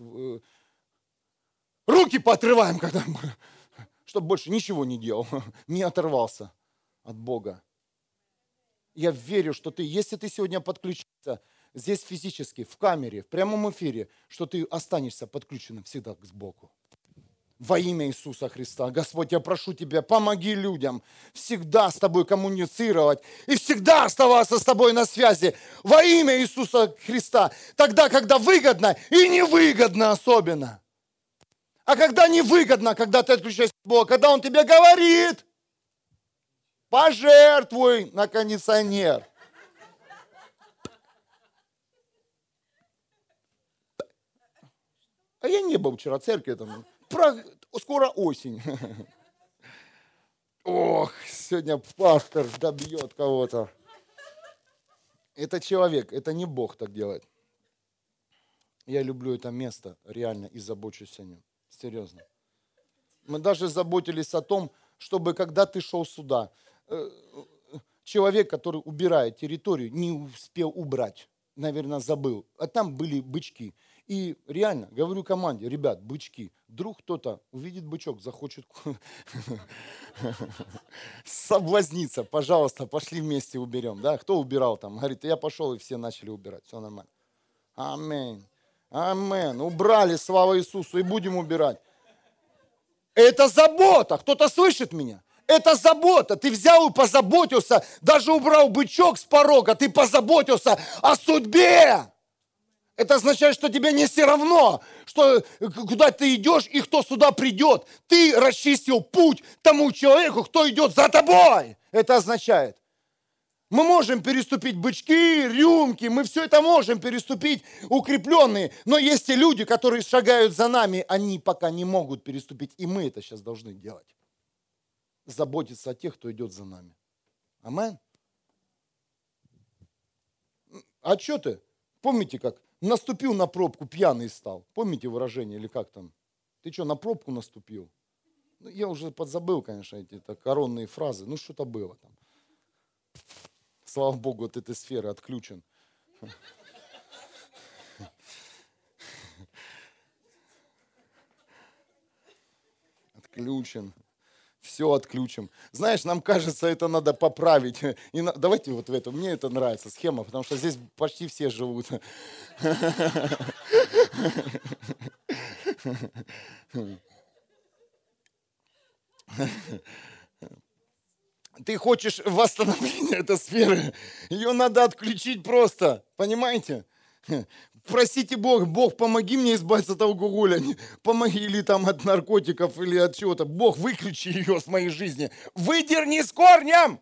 Руки поотрываем, когда мы, чтобы больше ничего не делал, не оторвался от Бога. Я верю, что ты, если ты сегодня подключишься здесь физически, в камере, в прямом эфире, что ты останешься подключенным всегда к Богу. Во имя Иисуса Христа. Господь, я прошу Тебя, помоги людям всегда с Тобой коммуницировать и всегда оставаться с Тобой на связи. Во имя Иисуса Христа. Тогда, когда выгодно и невыгодно особенно. А когда невыгодно, когда ты отключаешься от Бога, когда Он тебе говорит, пожертвуй на кондиционер. А я не был вчера в церкви. Там, про... Скоро осень. Ох, сегодня пастор добьет кого-то. Это человек, это не Бог так делает. Я люблю это место, реально, и забочусь о нем. Серьезно. Мы даже заботились о том, чтобы когда ты шел сюда, человек, который убирает территорию, не успел убрать, наверное, забыл. А там были бычки. И реально, говорю команде, ребят, бычки, вдруг кто-то увидит бычок, захочет соблазниться, пожалуйста, пошли вместе уберем. Да? Кто убирал там? Говорит, я пошел, и все начали убирать. Все нормально. Аминь. Аминь. Убрали, слава Иисусу, и будем убирать. Это забота. Кто-то слышит меня? Это забота. Ты взял и позаботился, даже убрал бычок с порога, ты позаботился о судьбе Это означает, что тебе не все равно, что, куда ты идешь и кто сюда придет. Ты расчистил путь тому человеку, кто идет за тобой. Это означает. Мы можем переступить бычки, рюмки, мы все это можем переступить, укрепленные. Но есть и люди, которые шагают за нами, они пока не могут переступить. И мы это сейчас должны делать. Заботиться о тех, кто идет за нами. Амин. А что ты? Помните, как наступил на пробку, пьяный стал? Помните выражение или как там? Ты что, на пробку наступил? Ну, я уже подзабыл, конечно, эти это, коронные фразы. Ну, что-то было там. Слава Богу, от этой сферы отключен. Отключен. Все отключим. Знаешь, нам кажется, это надо поправить. И на... Давайте вот в эту. Мне это нравится схема, потому что здесь почти все живут. Ты хочешь восстановления этой сферы, ее надо отключить просто. Понимаете? Просите Бога, Бог, помоги мне избавиться от алкоголя, помоги или там от наркотиков, или от чего-то. Бог, выключи ее с моей жизни. Выдерни с корнем!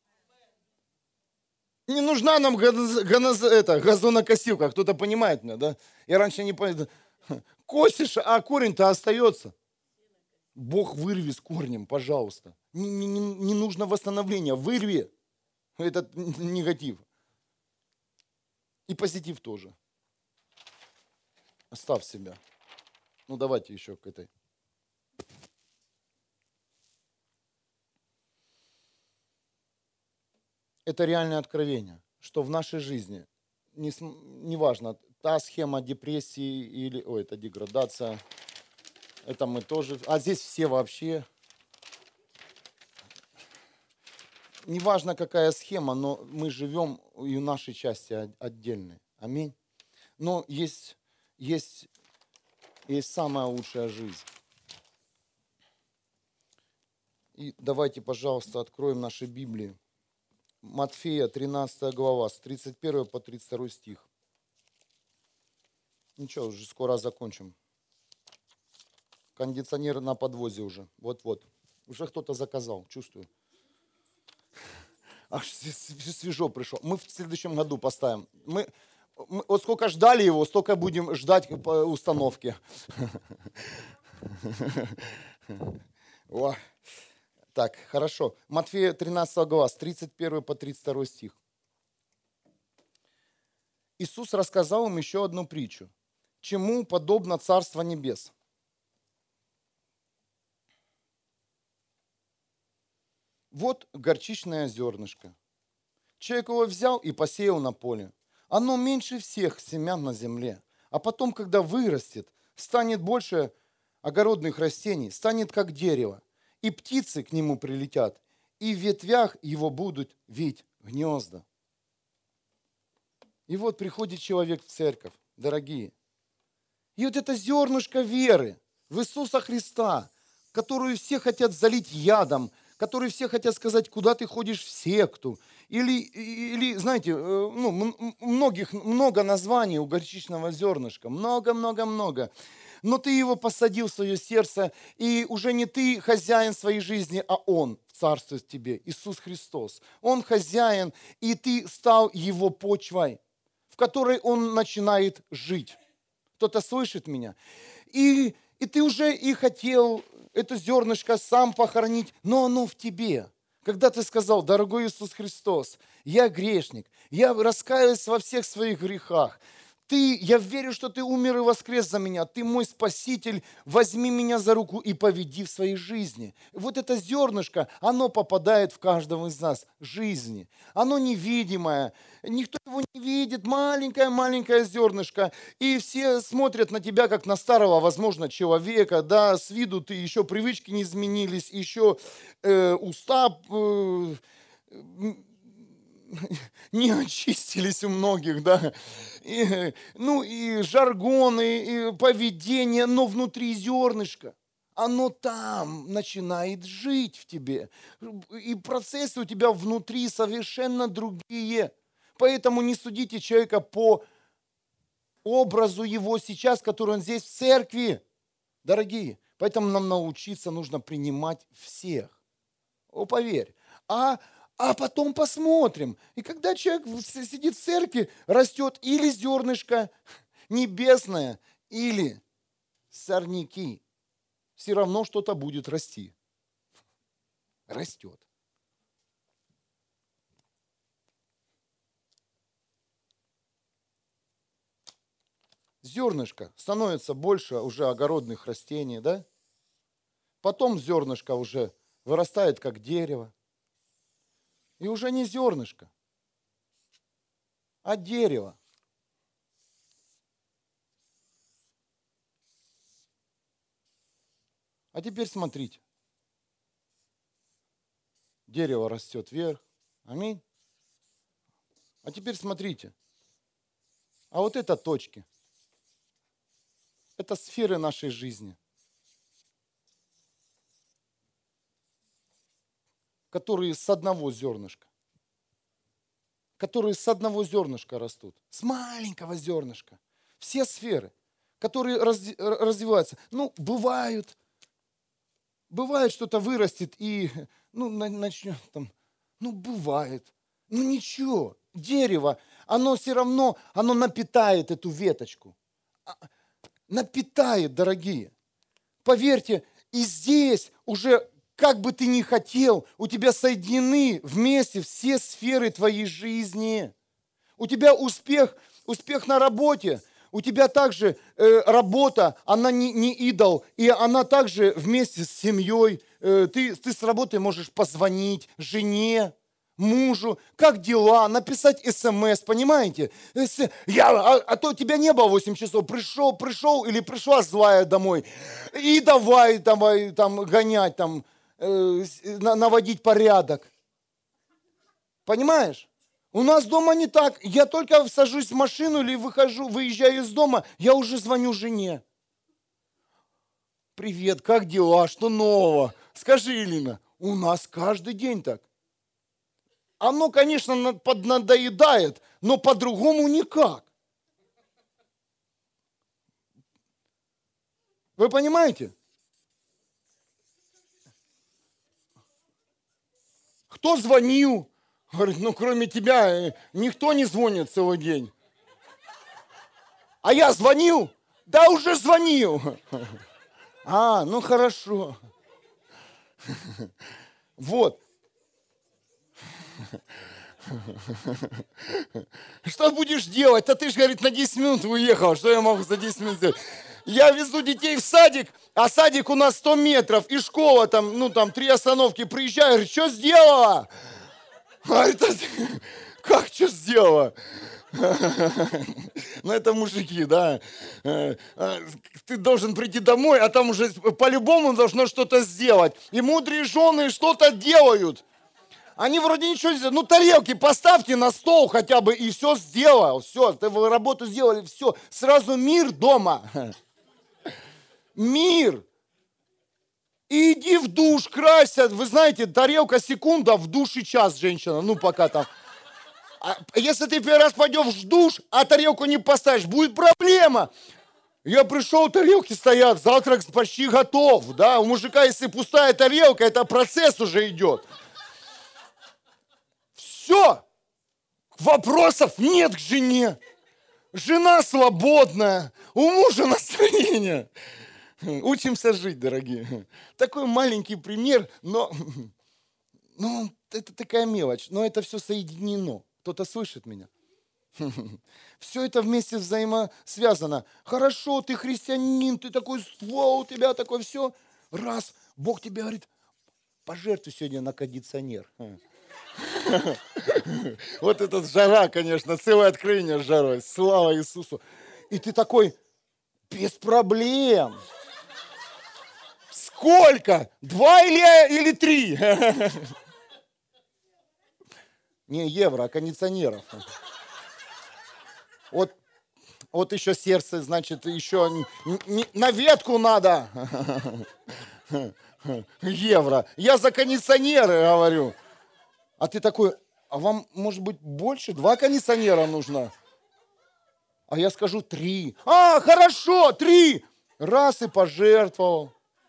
Не нужна нам газо, газо, это, газонокосилка, кто-то понимает меня, да? Я раньше не понял. Косишь, а корень-то остается. Бог, вырви с корнем, пожалуйста. Не, не, не нужно восстановления, вырви этот негатив. И позитив тоже. Оставь себя. Ну, давайте еще к этой. Это реальное откровение, что в нашей жизни, не, не важно, та схема депрессии или, ой, это деградация, это мы тоже, а здесь все вообще, не важно какая схема, но мы живем, и в нашей части отдельной. Аминь. Но есть... Есть, есть самая лучшая жизнь. И давайте, пожалуйста, откроем наши Библии. Матфея, тринадцатая глава, с тридцать первого по тридцать второй стих. Ничего, уже скоро закончим. Кондиционер на подвозе уже. Вот-вот. Уже кто-то заказал, чувствую. Аж свежо пришло. Мы в следующем году поставим. Мы... Мы, вот сколько ждали его, столько будем ждать по установке. О, так, хорошо. Матфея тринадцатая глава, с тридцать первого по тридцать второй стих. Иисус рассказал им еще одну притчу. Чему подобно Царство Небес? Вот горчичное зернышко. Человек его взял и посеял на поле. Оно меньше всех семян на земле. А потом, когда вырастет, станет больше огородных растений, станет как дерево. И птицы к нему прилетят, и в ветвях его будут вить гнезда. И вот приходит человек в церковь, дорогие. И вот это зернышко веры в Иисуса Христа, которую все хотят залить ядом, которые все хотят сказать, куда ты ходишь в секту. Или, или знаете, ну, многих, много названий у горчичного зернышка. Много-много-много. Но ты его посадил в свое сердце, и уже не ты хозяин своей жизни, а Он царствует в тебе, Иисус Христос. Он хозяин, и ты стал Его почвой, в которой Он начинает жить. Кто-то слышит меня? И, и ты уже и хотел это зернышко сам похоронить, но оно в тебе. Когда ты сказал, дорогой Иисус Христос, я грешник, я раскаиваюсь во всех своих грехах. Ты, я верю, что ты умер и воскрес за меня. Ты мой Спаситель, возьми меня за руку и поведи в своей жизни. Вот это зернышко, оно попадает в каждого из нас жизни. Оно невидимое, никто его не видит, маленькое-маленькое зернышко. И все смотрят на тебя, как на старого, возможно, человека. Да, с виду ты еще привычки не изменились, еще э, уста... Э, не очистились у многих, да, и, ну и жаргоны, и поведение, но внутри зернышко, оно там начинает жить в тебе, и процессы у тебя внутри совершенно другие, поэтому не судите человека по образу Его сейчас, который Он здесь в церкви. Дорогие, поэтому нам научиться нужно принимать всех. О, поверь. А, а потом посмотрим. И когда человек сидит в церкви, растет или зернышко небесное, или сорняки. Все равно что-то будет расти. Растет. Зернышко становится больше уже огородных растений, да? Потом зернышко уже вырастает как дерево. И уже не зернышко, а дерево. А теперь смотрите. Дерево растет вверх. Аминь. А теперь смотрите. А вот это точки. Это сферы нашей жизни, которые с одного зернышка, которые с одного зернышка растут, с маленького зернышка. Все сферы, которые разди- развиваются. Ну, бывают, бывает что-то вырастет и, ну, начнет там, ну, бывает. Ну, ничего, дерево, оно все равно, оно напитает эту веточку. Напитает, дорогие. Поверьте, и здесь уже, как бы ты ни хотел, у тебя соединены вместе все сферы твоей жизни. У тебя успех, успех на работе, у тебя также э, работа, она не, не идол, и она также вместе с семьей. Э, ты, ты с работы можешь позвонить жене, мужу, как дела, написать смс, понимаете? Я, а, а то тебя не было восемь часов, пришел, пришел или пришла злая домой, и давай, давай там гонять, там, э, наводить порядок. Понимаешь? У нас дома не так. Я только сажусь в машину или выхожу, выезжаю из дома, я уже звоню жене. Привет, как дела, что нового? Скажи, Элина, у нас каждый день так. Оно, конечно, поднадоедает, но по-другому никак. Вы понимаете? Кто звонил? Говорит, ну кроме тебя никто не звонит целый день. А я звонил? Да уже звонил. А, ну хорошо. Вот. Что будешь делать? А ты же, говорит, на десять минут уехал. Что я могу за десять минут сделать? Я везу детей в садик, а садик у нас сто метров, и школа там, ну там три остановки. Приезжаю, говорит, что сделала? А это, как что сделала? Ну это мужики, да. Ты должен прийти домой, а там уже по-любому должно что-то сделать. И мудрые жены что-то делают. Они вроде ничего не сделали. Ну, тарелки поставьте на стол хотя бы, и все сделал. Все, вы работу сделали, все. Сразу мир дома. Мир. И иди в душ, красят. Вы знаете, тарелка секунда, в душе час, женщина. Ну, пока там. А если ты первый раз пойдешь в душ, а тарелку не поставишь, будет проблема. Я пришел, тарелки стоят, завтрак почти готов. Да? У мужика, если пустая тарелка, это процесс уже идет. Все, вопросов нет к жене. Жена свободная, у мужа настроение. Учимся жить, дорогие. Такой маленький пример, но, но это такая мелочь, но это все соединено. Кто-то слышит меня? Все это вместе взаимосвязано. Хорошо, ты христианин, ты такой, слово у тебя такое все. Раз, Бог тебе говорит, пожертвуй сегодня на кондиционер. Вот этот жара, конечно, целое откровение с жарой. Слава Иисусу. И ты такой, без проблем. Сколько? Два или, или три? Не евро, а кондиционеров. Вот, вот еще сердце, значит, еще не, на ветку надо. Евро. Я за кондиционеры говорю. А ты такой, а вам, может быть, больше? Два кондиционера нужно? А я скажу три. А, хорошо, три. Раз и пожертвовал.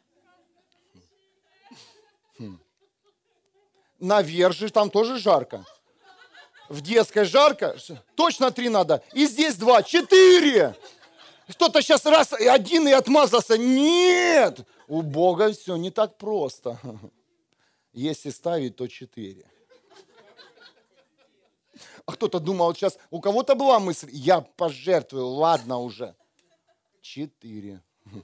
Хм. Наверх же там тоже жарко. В детской жарко. Точно три надо. И здесь два. Четыре. Кто-то сейчас раз один и отмазался. Нет. У Бога все не так просто. Если ставить, то четыре. А кто-то думал, вот сейчас у кого-то была мысль, я пожертвую, ладно уже. Четыре.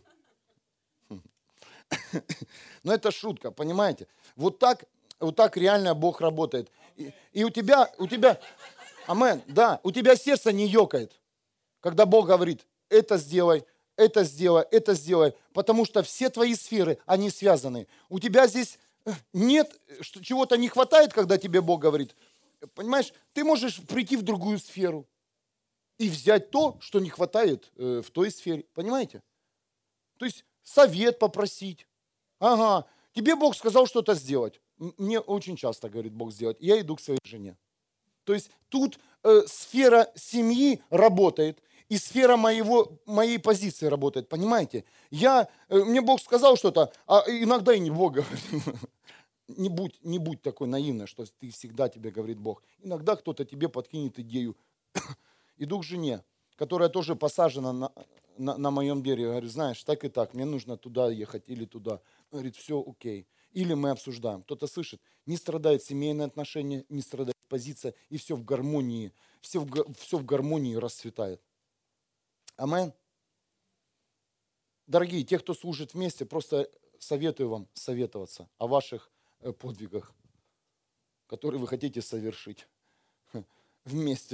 Но это шутка, понимаете? Вот так, вот так реально Бог работает. И, и у тебя, у тебя, амен, да, у тебя сердце не ёкает, когда Бог говорит, это сделай, это сделай, это сделай, потому что все твои сферы, они связаны. У тебя здесь нет, чего-то не хватает, когда тебе Бог говорит. Понимаешь, ты можешь прийти в другую сферу и взять то, что не хватает э, в той сфере. Понимаете? То есть совет попросить. Ага, тебе Бог сказал что-то сделать. Мне очень часто говорит Бог сделать. Я иду к своей жене. То есть тут э, сфера семьи работает, и сфера моего, моей позиции работает. Понимаете? Я, э, мне Бог сказал что-то, а иногда и не Бог говорит. Не будь, не будь такой наивной, что ты всегда тебе говорит Бог. Иногда кто-то тебе подкинет идею. Иду к жене, которая тоже посажена на, на, на моем дереве. Говорю, знаешь, так и так, мне нужно туда ехать или туда. Говорит, все окей. Или мы обсуждаем. Кто-то слышит, не страдает семейные отношения, не страдает позиция, и все в гармонии, все в, все в гармонии расцветает. Амен. Дорогие, те, кто служит вместе, просто советую вам советоваться о ваших подвигах, которые вы хотите совершить вместе.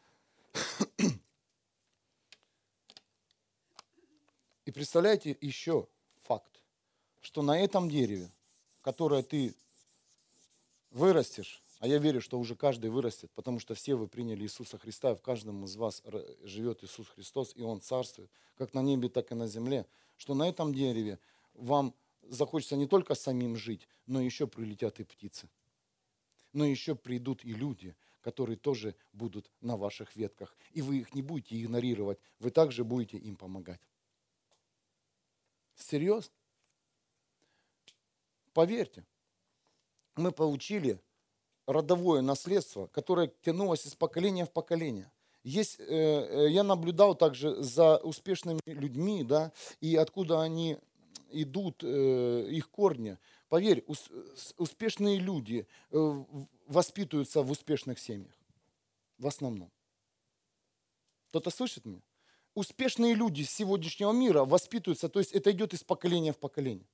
И представляете еще факт, что на этом дереве, которое ты вырастешь, а я верю, что уже каждый вырастет, потому что все вы приняли Иисуса Христа, и в каждом из вас живет Иисус Христос, и Он царствует, как на небе, так и на земле, что на этом дереве вам захочется не только самим жить, но еще прилетят и птицы. Но еще придут и люди, которые тоже будут на ваших ветках. И вы их не будете игнорировать, вы также будете им помогать. Серьезно? Поверьте, мы получили родовое наследство, которое тянулось из поколения в поколение. Есть, э, я наблюдал также за успешными людьми, да, и откуда они идут, э, их корни. Поверь, ус, успешные люди э, воспитываются в успешных семьях. В основном. Кто-то слышит меня? Успешные люди сегодняшнего мира воспитываются, то есть это идет из поколения в поколение.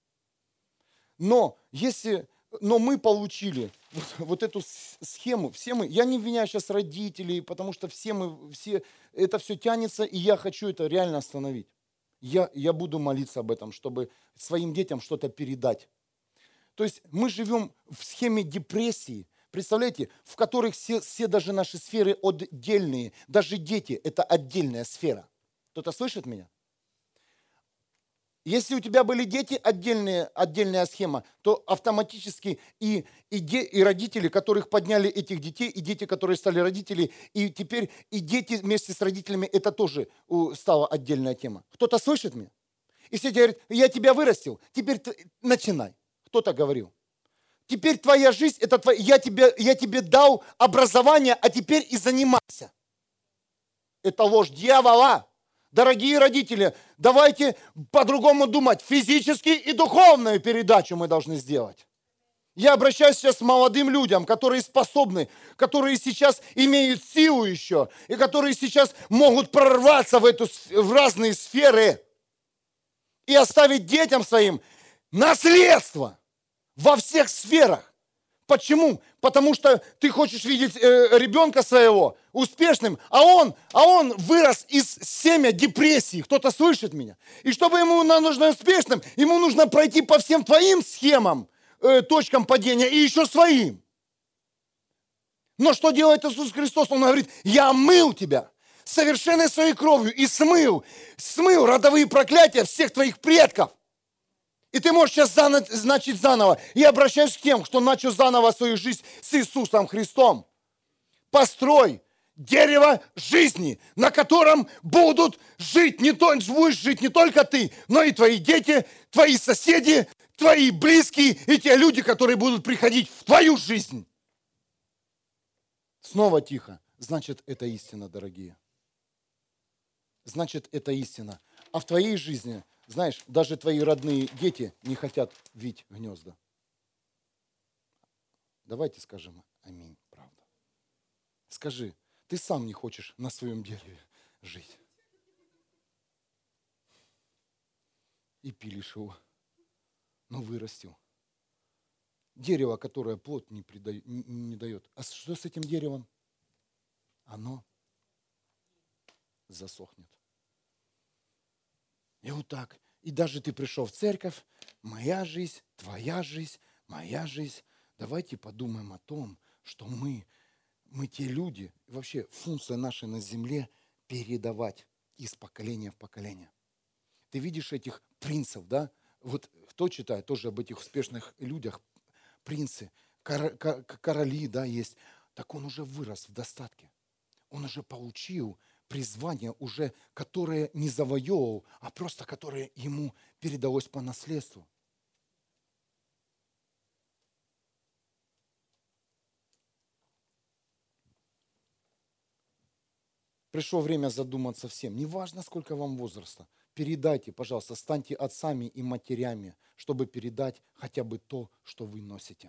Но если, но мы получили вот, вот эту схему, все мы, я не обвиняю сейчас родителей, потому что все мы, все, это все тянется, и я хочу это реально остановить. Я, я буду молиться об этом, чтобы своим детям что-то передать. То есть мы живем в схеме депрессии, представляете, в которых все, все даже наши сферы отдельные, даже дети – это отдельная сфера. Кто-то слышит меня? Если у тебя были дети, отдельная, отдельная схема, то автоматически и, и, де, и родители, которых подняли этих детей, и дети, которые стали родителями, и теперь и дети вместе с родителями, это тоже стала отдельная тема. Кто-то слышит меня? И все говорят, я тебя вырастил, теперь начинай. Кто-то говорил. Теперь твоя жизнь, это твоя, я, тебе, я тебе дал образование, а теперь и занимайся. Это ложь дьявола. Дорогие родители, давайте по-другому думать. Физически и духовную передачу мы должны сделать. Я обращаюсь сейчас к молодым людям, которые способны, которые сейчас имеют силу еще, и которые сейчас могут прорваться в, эту, в разные сферы и оставить детям своим наследство во всех сферах. Почему? Потому что ты хочешь видеть э, ребенка своего успешным, а он, а он вырос из семя депрессии. Кто-то слышит меня? И чтобы ему нужно успешным, ему нужно пройти по всем твоим схемам, э, точкам падения и еще своим. Но что делает Иисус Христос? Он говорит, я омыл тебя совершенной своей кровью и смыл, смыл родовые проклятия всех твоих предков. И ты можешь сейчас заново, значит заново. Я обращаюсь к тем, кто начал заново свою жизнь с Иисусом Христом. Построй дерево жизни, на котором будут жить, не то, будешь жить не только ты, но и твои дети, твои соседи, твои близкие и те люди, которые будут приходить в твою жизнь. Снова тихо. Значит, это истина, дорогие. Значит, это истина. А в твоей жизни, знаешь, даже твои родные дети не хотят вить гнезда. Давайте скажем аминь, правда. Скажи, ты сам не хочешь на своем дереве жить. И пилишь его, но вырастил. Дерево, которое плод не, придает, не, не дает. А что с этим деревом? Оно засохнет. И вот так. И даже ты пришел в церковь, моя жизнь, твоя жизнь, моя жизнь. Давайте подумаем о том, что мы, мы те люди, вообще функция наша на земле передавать из поколения в поколение. Ты видишь этих принцев, да? Вот кто читает тоже об этих успешных людях, принцы, короли, да, есть. Так он уже вырос в достатке. Он уже получил призвание, уже, которое не завоевал, а просто которое ему передалось по наследству. Пришло время задуматься всем. Неважно, сколько вам возраста. Передайте, пожалуйста, станьте отцами и матерями, чтобы передать хотя бы то, что вы носите.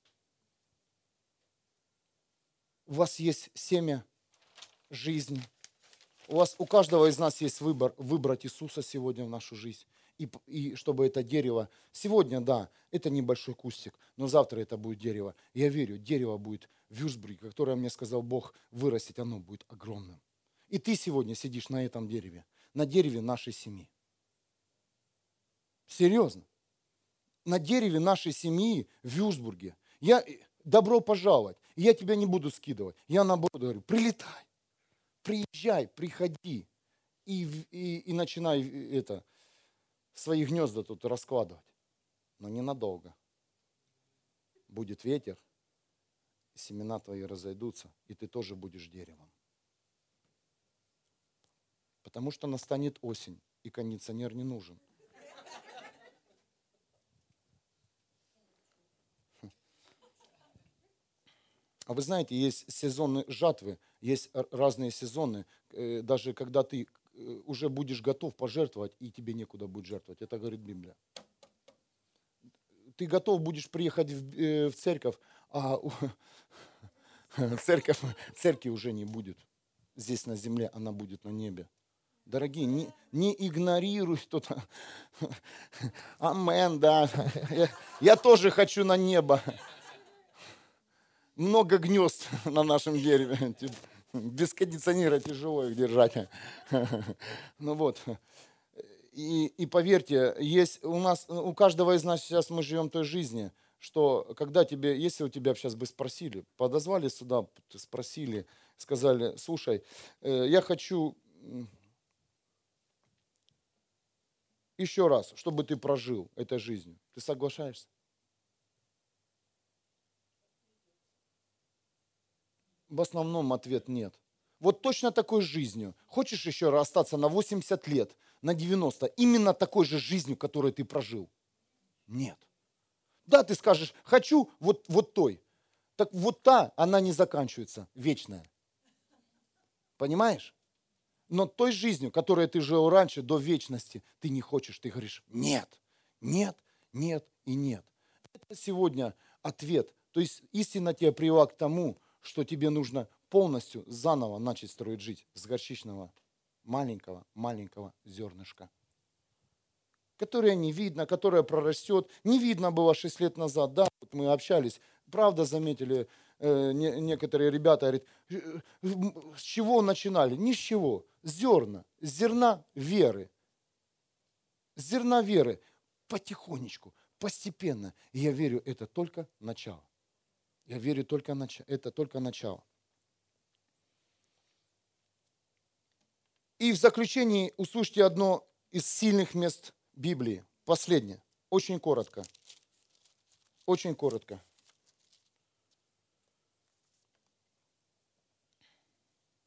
У вас есть семя жизни. У вас, у каждого из нас есть выбор выбрать Иисуса сегодня в нашу жизнь. И, и чтобы это дерево, сегодня, да, это небольшой кустик, но завтра это будет дерево. Я верю, дерево будет в Вюрцбурге, которое мне сказал Бог вырастить, оно будет огромным. И ты сегодня сидишь на этом дереве, на дереве нашей семьи. Серьезно. На дереве нашей семьи в Вюрцбурге. Я, добро пожаловать. Я тебя не буду скидывать. Я наоборот говорю, прилетай, приезжай, приходи. И, и, и начинай это, свои гнезда тут раскладывать. Но ненадолго. Будет ветер, семена твои разойдутся, и ты тоже будешь деревом. Потому что настанет осень, и кондиционер не нужен. А вы знаете, есть сезоны жатвы, есть разные сезоны, даже когда ты уже будешь готов пожертвовать, и тебе некуда будет жертвовать. Это говорит Библия. Ты готов будешь приехать в церковь, а церковь, церкви уже не будет. Здесь на земле, она будет на небе. Дорогие, не, не игнорируй что-то. Амен, да. Я, я тоже хочу на небо. Много гнезд на нашем дереве. Без кондиционера тяжело их держать. Ну вот. И, и поверьте, есть у нас, у каждого из нас сейчас мы живем той жизни, что когда тебе, если у тебя сейчас бы спросили, подозвали сюда, спросили, сказали, слушай, я хочу еще раз, чтобы ты прожил этой жизнью. Ты соглашаешься? В основном ответ нет. Вот точно такой жизнью. Хочешь еще раз остаться на восемьдесят лет, на девяносто, именно такой же жизнью, которую ты прожил? Нет. Да, ты скажешь, хочу вот, вот той. Так вот та, она не заканчивается, вечная. Понимаешь? Но той жизнью, которой ты жил раньше, до вечности, ты не хочешь. Ты говоришь, нет, нет, нет и нет. Это сегодня ответ. То есть истина тебя привела к тому, что тебе нужно полностью заново начать строить жить с горчичного маленького-маленького зернышка, которое не видно, которое прорастет. Не видно было шесть лет назад, да, вот мы общались, правда заметили, э, не, некоторые ребята говорят, с чего начинали? Ни с чего, с зерна, с зерна веры, с зерна веры, потихонечку, постепенно. И я верю, это только начало. Я верю, только нач... это только начало. И в заключении услышьте одно из сильных мест Библии. Последнее. Очень коротко. Очень коротко.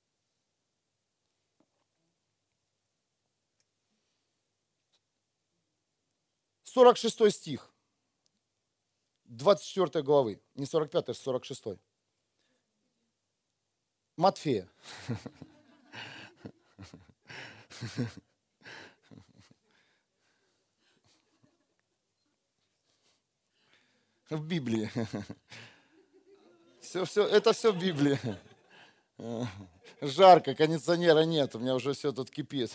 сорок шестой стих. двадцать четвёртой главы. Не сорок пятый, а сорок шестой. Матфея. В Библии. Все, все, это все в Библии. Жарко, кондиционера нет, у меня уже все тут кипит.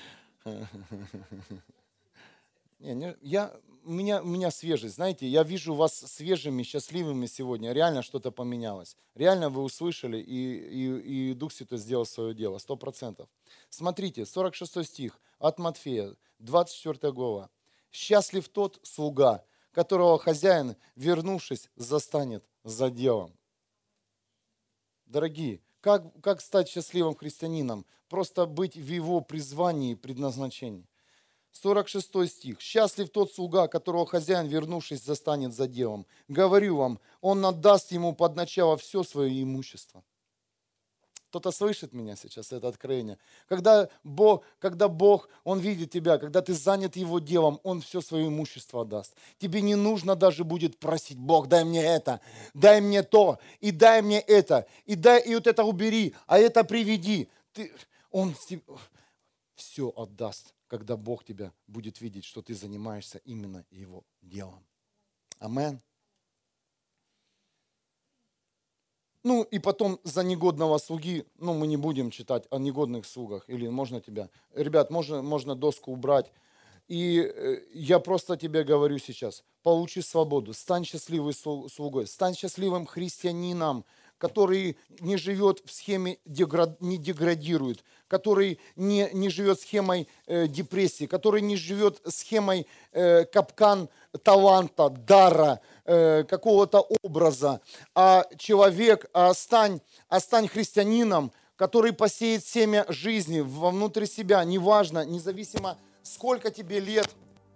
Не, не, я, у, меня, у меня свежесть, знаете, я вижу вас свежими, счастливыми сегодня. Реально что-то поменялось. Реально вы услышали, и, и, и Дух Святой сделал свое дело, сто процентов. Смотрите, сорок шестой стих от Матфея, двадцать четвёртая глава. «Счастлив тот слуга, которого хозяин, вернувшись, застанет за делом». Дорогие, как, как стать счастливым христианином? Просто быть в его призвании и предназначении. сорок шестой стих. «Счастлив тот слуга, которого хозяин, вернувшись, застанет за делом. Говорю вам, он отдаст ему под начало все свое имущество». Кто-то слышит меня сейчас, это откровение. Когда Бог, когда Бог, Он видит тебя, когда ты занят Его делом, Он все свое имущество отдаст. Тебе не нужно даже будет просить: Бог, дай мне это, дай мне то, и дай мне это, и дай, и вот это убери, а это приведи. Ты, Он все отдаст, когда Бог тебя будет видеть, что ты занимаешься именно Его делом. Амен. Ну и потом за негодного слуги, ну мы не будем читать о негодных слугах, или можно тебя, ребят, можно, можно доску убрать. И я просто тебе говорю сейчас, получи свободу, стань счастливым слугой, стань счастливым христианином, который не живет в схеме, не деградирует, который не, не живет схемой э, депрессии, который не живет схемой э, капкан таланта, дара, э, какого-то образа, а человек, а стань, а стань христианином, который посеет семя жизни вовнутрь себя, неважно, независимо, сколько тебе лет,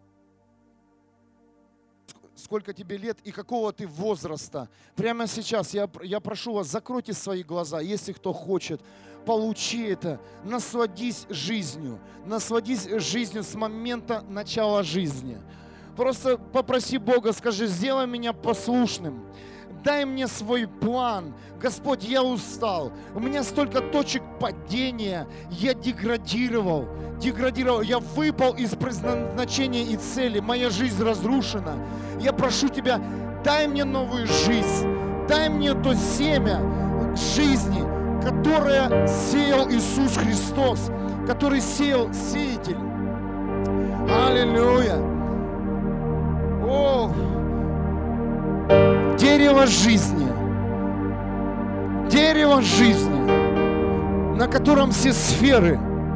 сколько тебе лет и какого ты возраста. Прямо сейчас я, я прошу вас, закройте свои глаза, если кто хочет, получи это, насладись жизнью, насладись жизнью с момента начала жизни. Просто попроси Бога, скажи: сделай меня послушным, дай мне свой план. Господь, я устал, у меня столько точек падения, я деградировал, деградировал, я выпал из предназначения и цели, моя жизнь разрушена. Я прошу Тебя, дай мне новую жизнь, дай мне то семя жизни, которое сеял Иисус Христос, который сеял сеятель. Аллилуйя! О! Дерево жизни, дерево жизни, на котором все сферы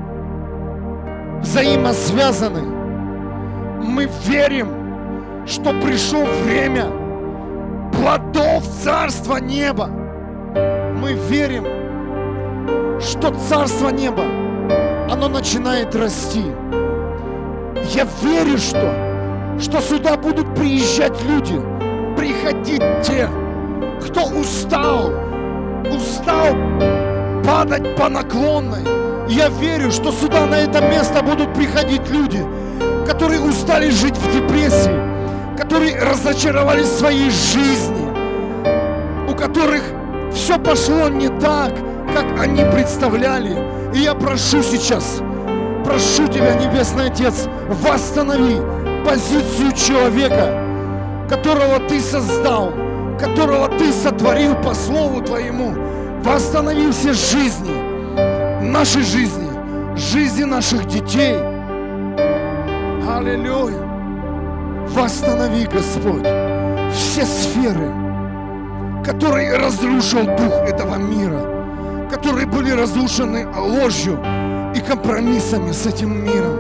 взаимосвязаны. Мы верим, что пришло время плодов Царства Неба. Мы верим, что Царство Неба, оно начинает расти. Я верю, что, что сюда будут приезжать люди, приходить те, кто устал, устал падать по наклонной. Я верю, что сюда, на это место, будут приходить люди, которые устали жить в депрессии, которые разочаровались в своей жизни, у которых все пошло не так, как они представляли. И я прошу сейчас, прошу Тебя, Небесный Отец, восстанови позицию человека, которого Ты создал, которого Ты сотворил по Слову Твоему. Восстанови все жизни, нашей жизни, жизни наших детей. Аллилуйя! Восстанови, Господь, все сферы, которые разрушил дух этого мира, которые были разрушены ложью и компромиссами с этим миром.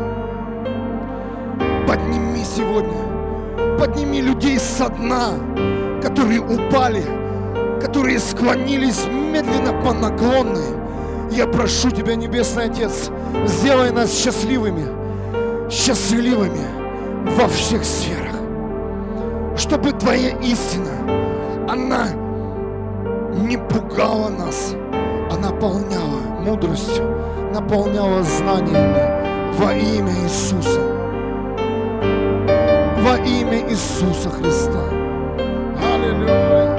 Подними сегодня, подними людей со дна, которые упали, которые склонились медленно по наклонной. Я прошу Тебя, Небесный Отец, сделай нас счастливыми, счастливыми во всех сферах, чтобы Твоя истина, она не пугала нас, а наполняла мудростью, наполняла знаниями во имя Иисуса. Во Иисуса Христа. Аллилуйя.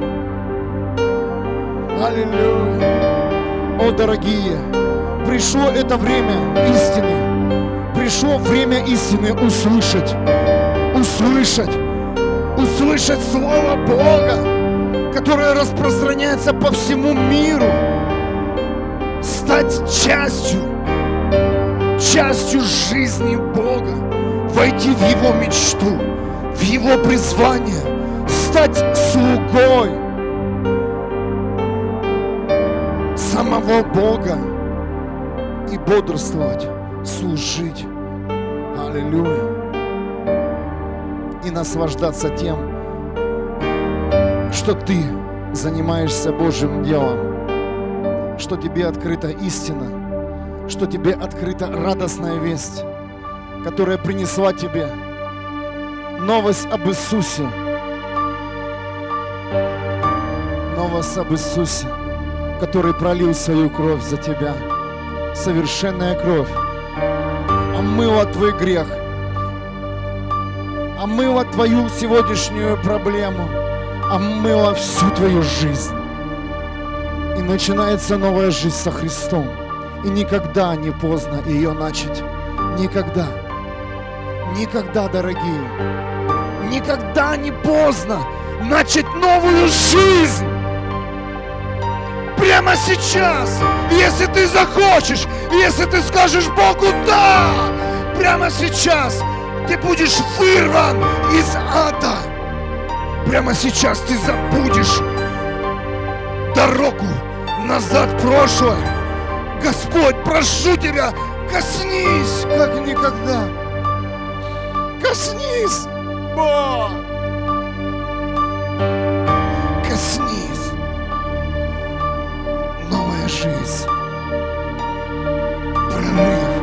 Аллилуйя. О, дорогие, пришло это время истины. Пришло время истины услышать. Услышать. Услышать Слово Бога, которое распространяется по всему миру. Стать частью, частью жизни Бога. Войти в Его мечту, в Его призвание. Стать слугой самого Бога и бодрствовать, служить. Аллилуйя. И наслаждаться тем, что ты занимаешься Божьим делом, что тебе открыта истина, что тебе открыта радостная весть, которая принесла тебе новость об Иисусе. Новость об Иисусе, который пролил свою кровь за тебя. Совершенная кровь омыла твой грех, омыла твою сегодняшнюю проблему, омыла всю твою жизнь. И начинается новая жизнь со Христом. И никогда не поздно ее начать. Никогда. Никогда, дорогие. Никогда не поздно начать новую жизнь. Прямо сейчас, если ты захочешь, если ты скажешь Богу «да», прямо сейчас ты будешь вырван из ада. Прямо сейчас ты забудешь дорогу назад в прошлое. Господь, прошу Тебя, коснись, как никогда. Коснись, Бог. Коснись. Новая жизнь. Прорыв.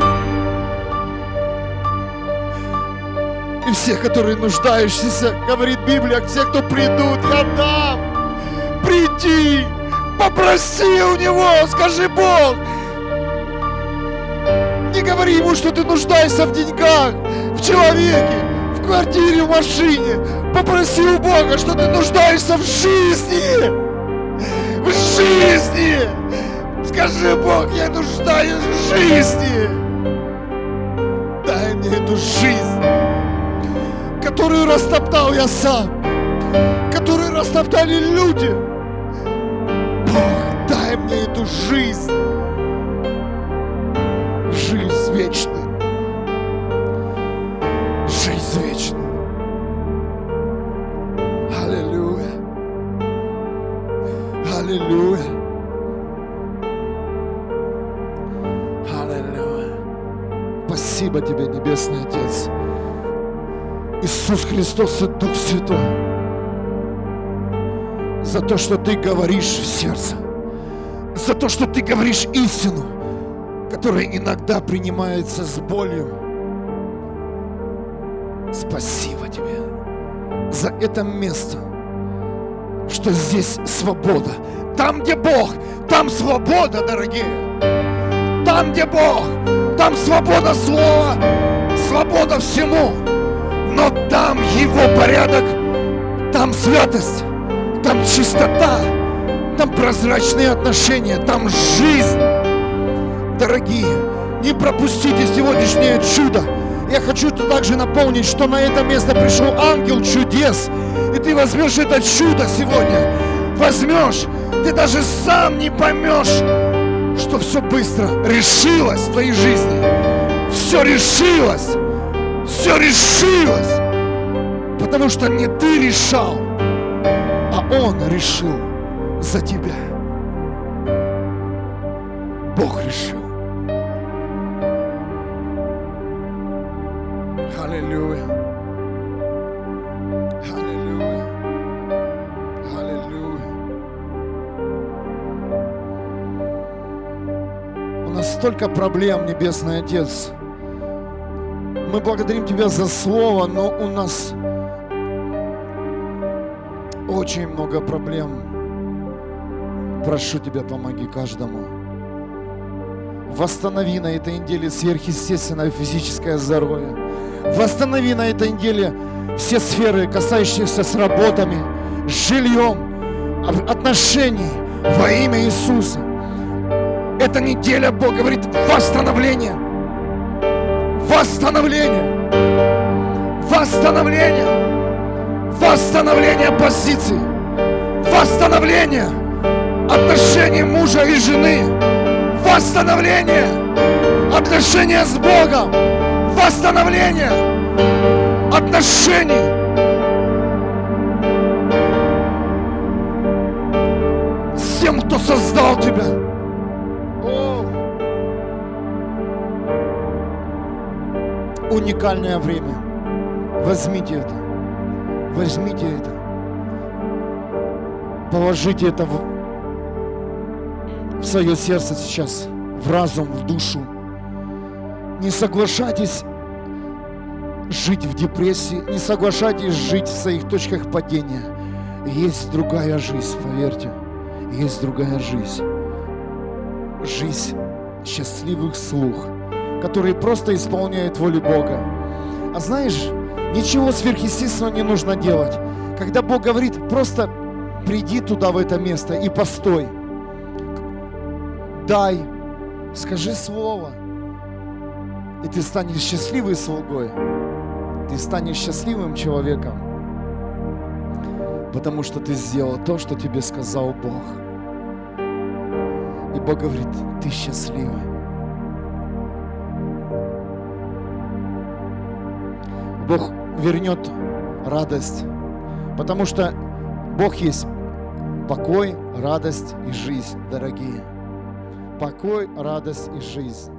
И все, которые нуждающиеся, говорит Библия, все, кто придут, я дам. Приди, попроси у Него, скажи: Бог. Не говори Ему, что ты нуждаешься в деньгах, в человеке, в квартире, в машине. Попроси у Бога, что ты нуждаешься в жизни. В жизни. Скажи: Бог, я нуждаюсь в жизни. Дай мне эту жизнь, которую растоптал я сам, которую растоптали люди. Бог, дай мне эту жизнь. Жизнь вечную. Жизнь вечную. Аллилуйя. Аллилуйя. Аллилуйя. Спасибо Тебе, Небесный Отец. Иисус Христос и Дух Святой, за то, что Ты говоришь в сердце, за то, что Ты говоришь истину, которая иногда принимается с болью. Спасибо Тебе за это место, что здесь свобода. Там, где Бог, там свобода, дорогие. Там, где Бог, там свобода слова, свобода всему. Но там Его порядок, там святость, там чистота, там прозрачные отношения, там жизнь. Дорогие, не пропустите сегодняшнее чудо. Я хочу также напомнить, что на это место пришел ангел чудес. И ты возьмешь это чудо сегодня. Возьмешь, ты даже сам не поймешь, что все быстро решилось в твоей жизни. Все решилось. Все решилось. Потому что не ты решал, а Он решил за тебя. Бог решил. Аллилуйя. Аллилуйя. Аллилуйя. У нас столько проблем, Небесный Отец. Мы благодарим Тебя за Слово, но у нас очень много проблем. Прошу Тебя, помоги каждому. Восстанови на этой неделе сверхъестественное физическое здоровье. Восстанови на этой неделе все сферы, касающиеся с работами, с жильем, отношений во имя Иисуса. Эта неделя, Бог говорит, восстановление. Восстановление. Восстановление. Восстановление позиций. Восстановление отношений мужа и жены. Восстановление отношения с Богом. Восстановление отношений. С тем, кто создал тебя. О! Уникальное время. Возьмите это. Возьмите это. Положите это в, в свое сердце сейчас, в разум, в душу. Не соглашайтесь жить в депрессии, не соглашайтесь жить в своих точках падения. Есть другая жизнь, поверьте. Есть другая жизнь. Жизнь счастливых слуг, которые просто исполняют волю Бога. А знаешь, ничего сверхъестественного не нужно делать. Когда Бог говорит, просто приди туда, в это место, и постой. Дай, скажи слово, и ты станешь счастливым слугой. Ты станешь счастливым человеком, потому что ты сделал то, что тебе сказал Бог. И Бог говорит, ты счастливый. Бог вернет радость, потому что Бог есть покой, радость и жизнь, дорогие. Покой, радость и жизнь.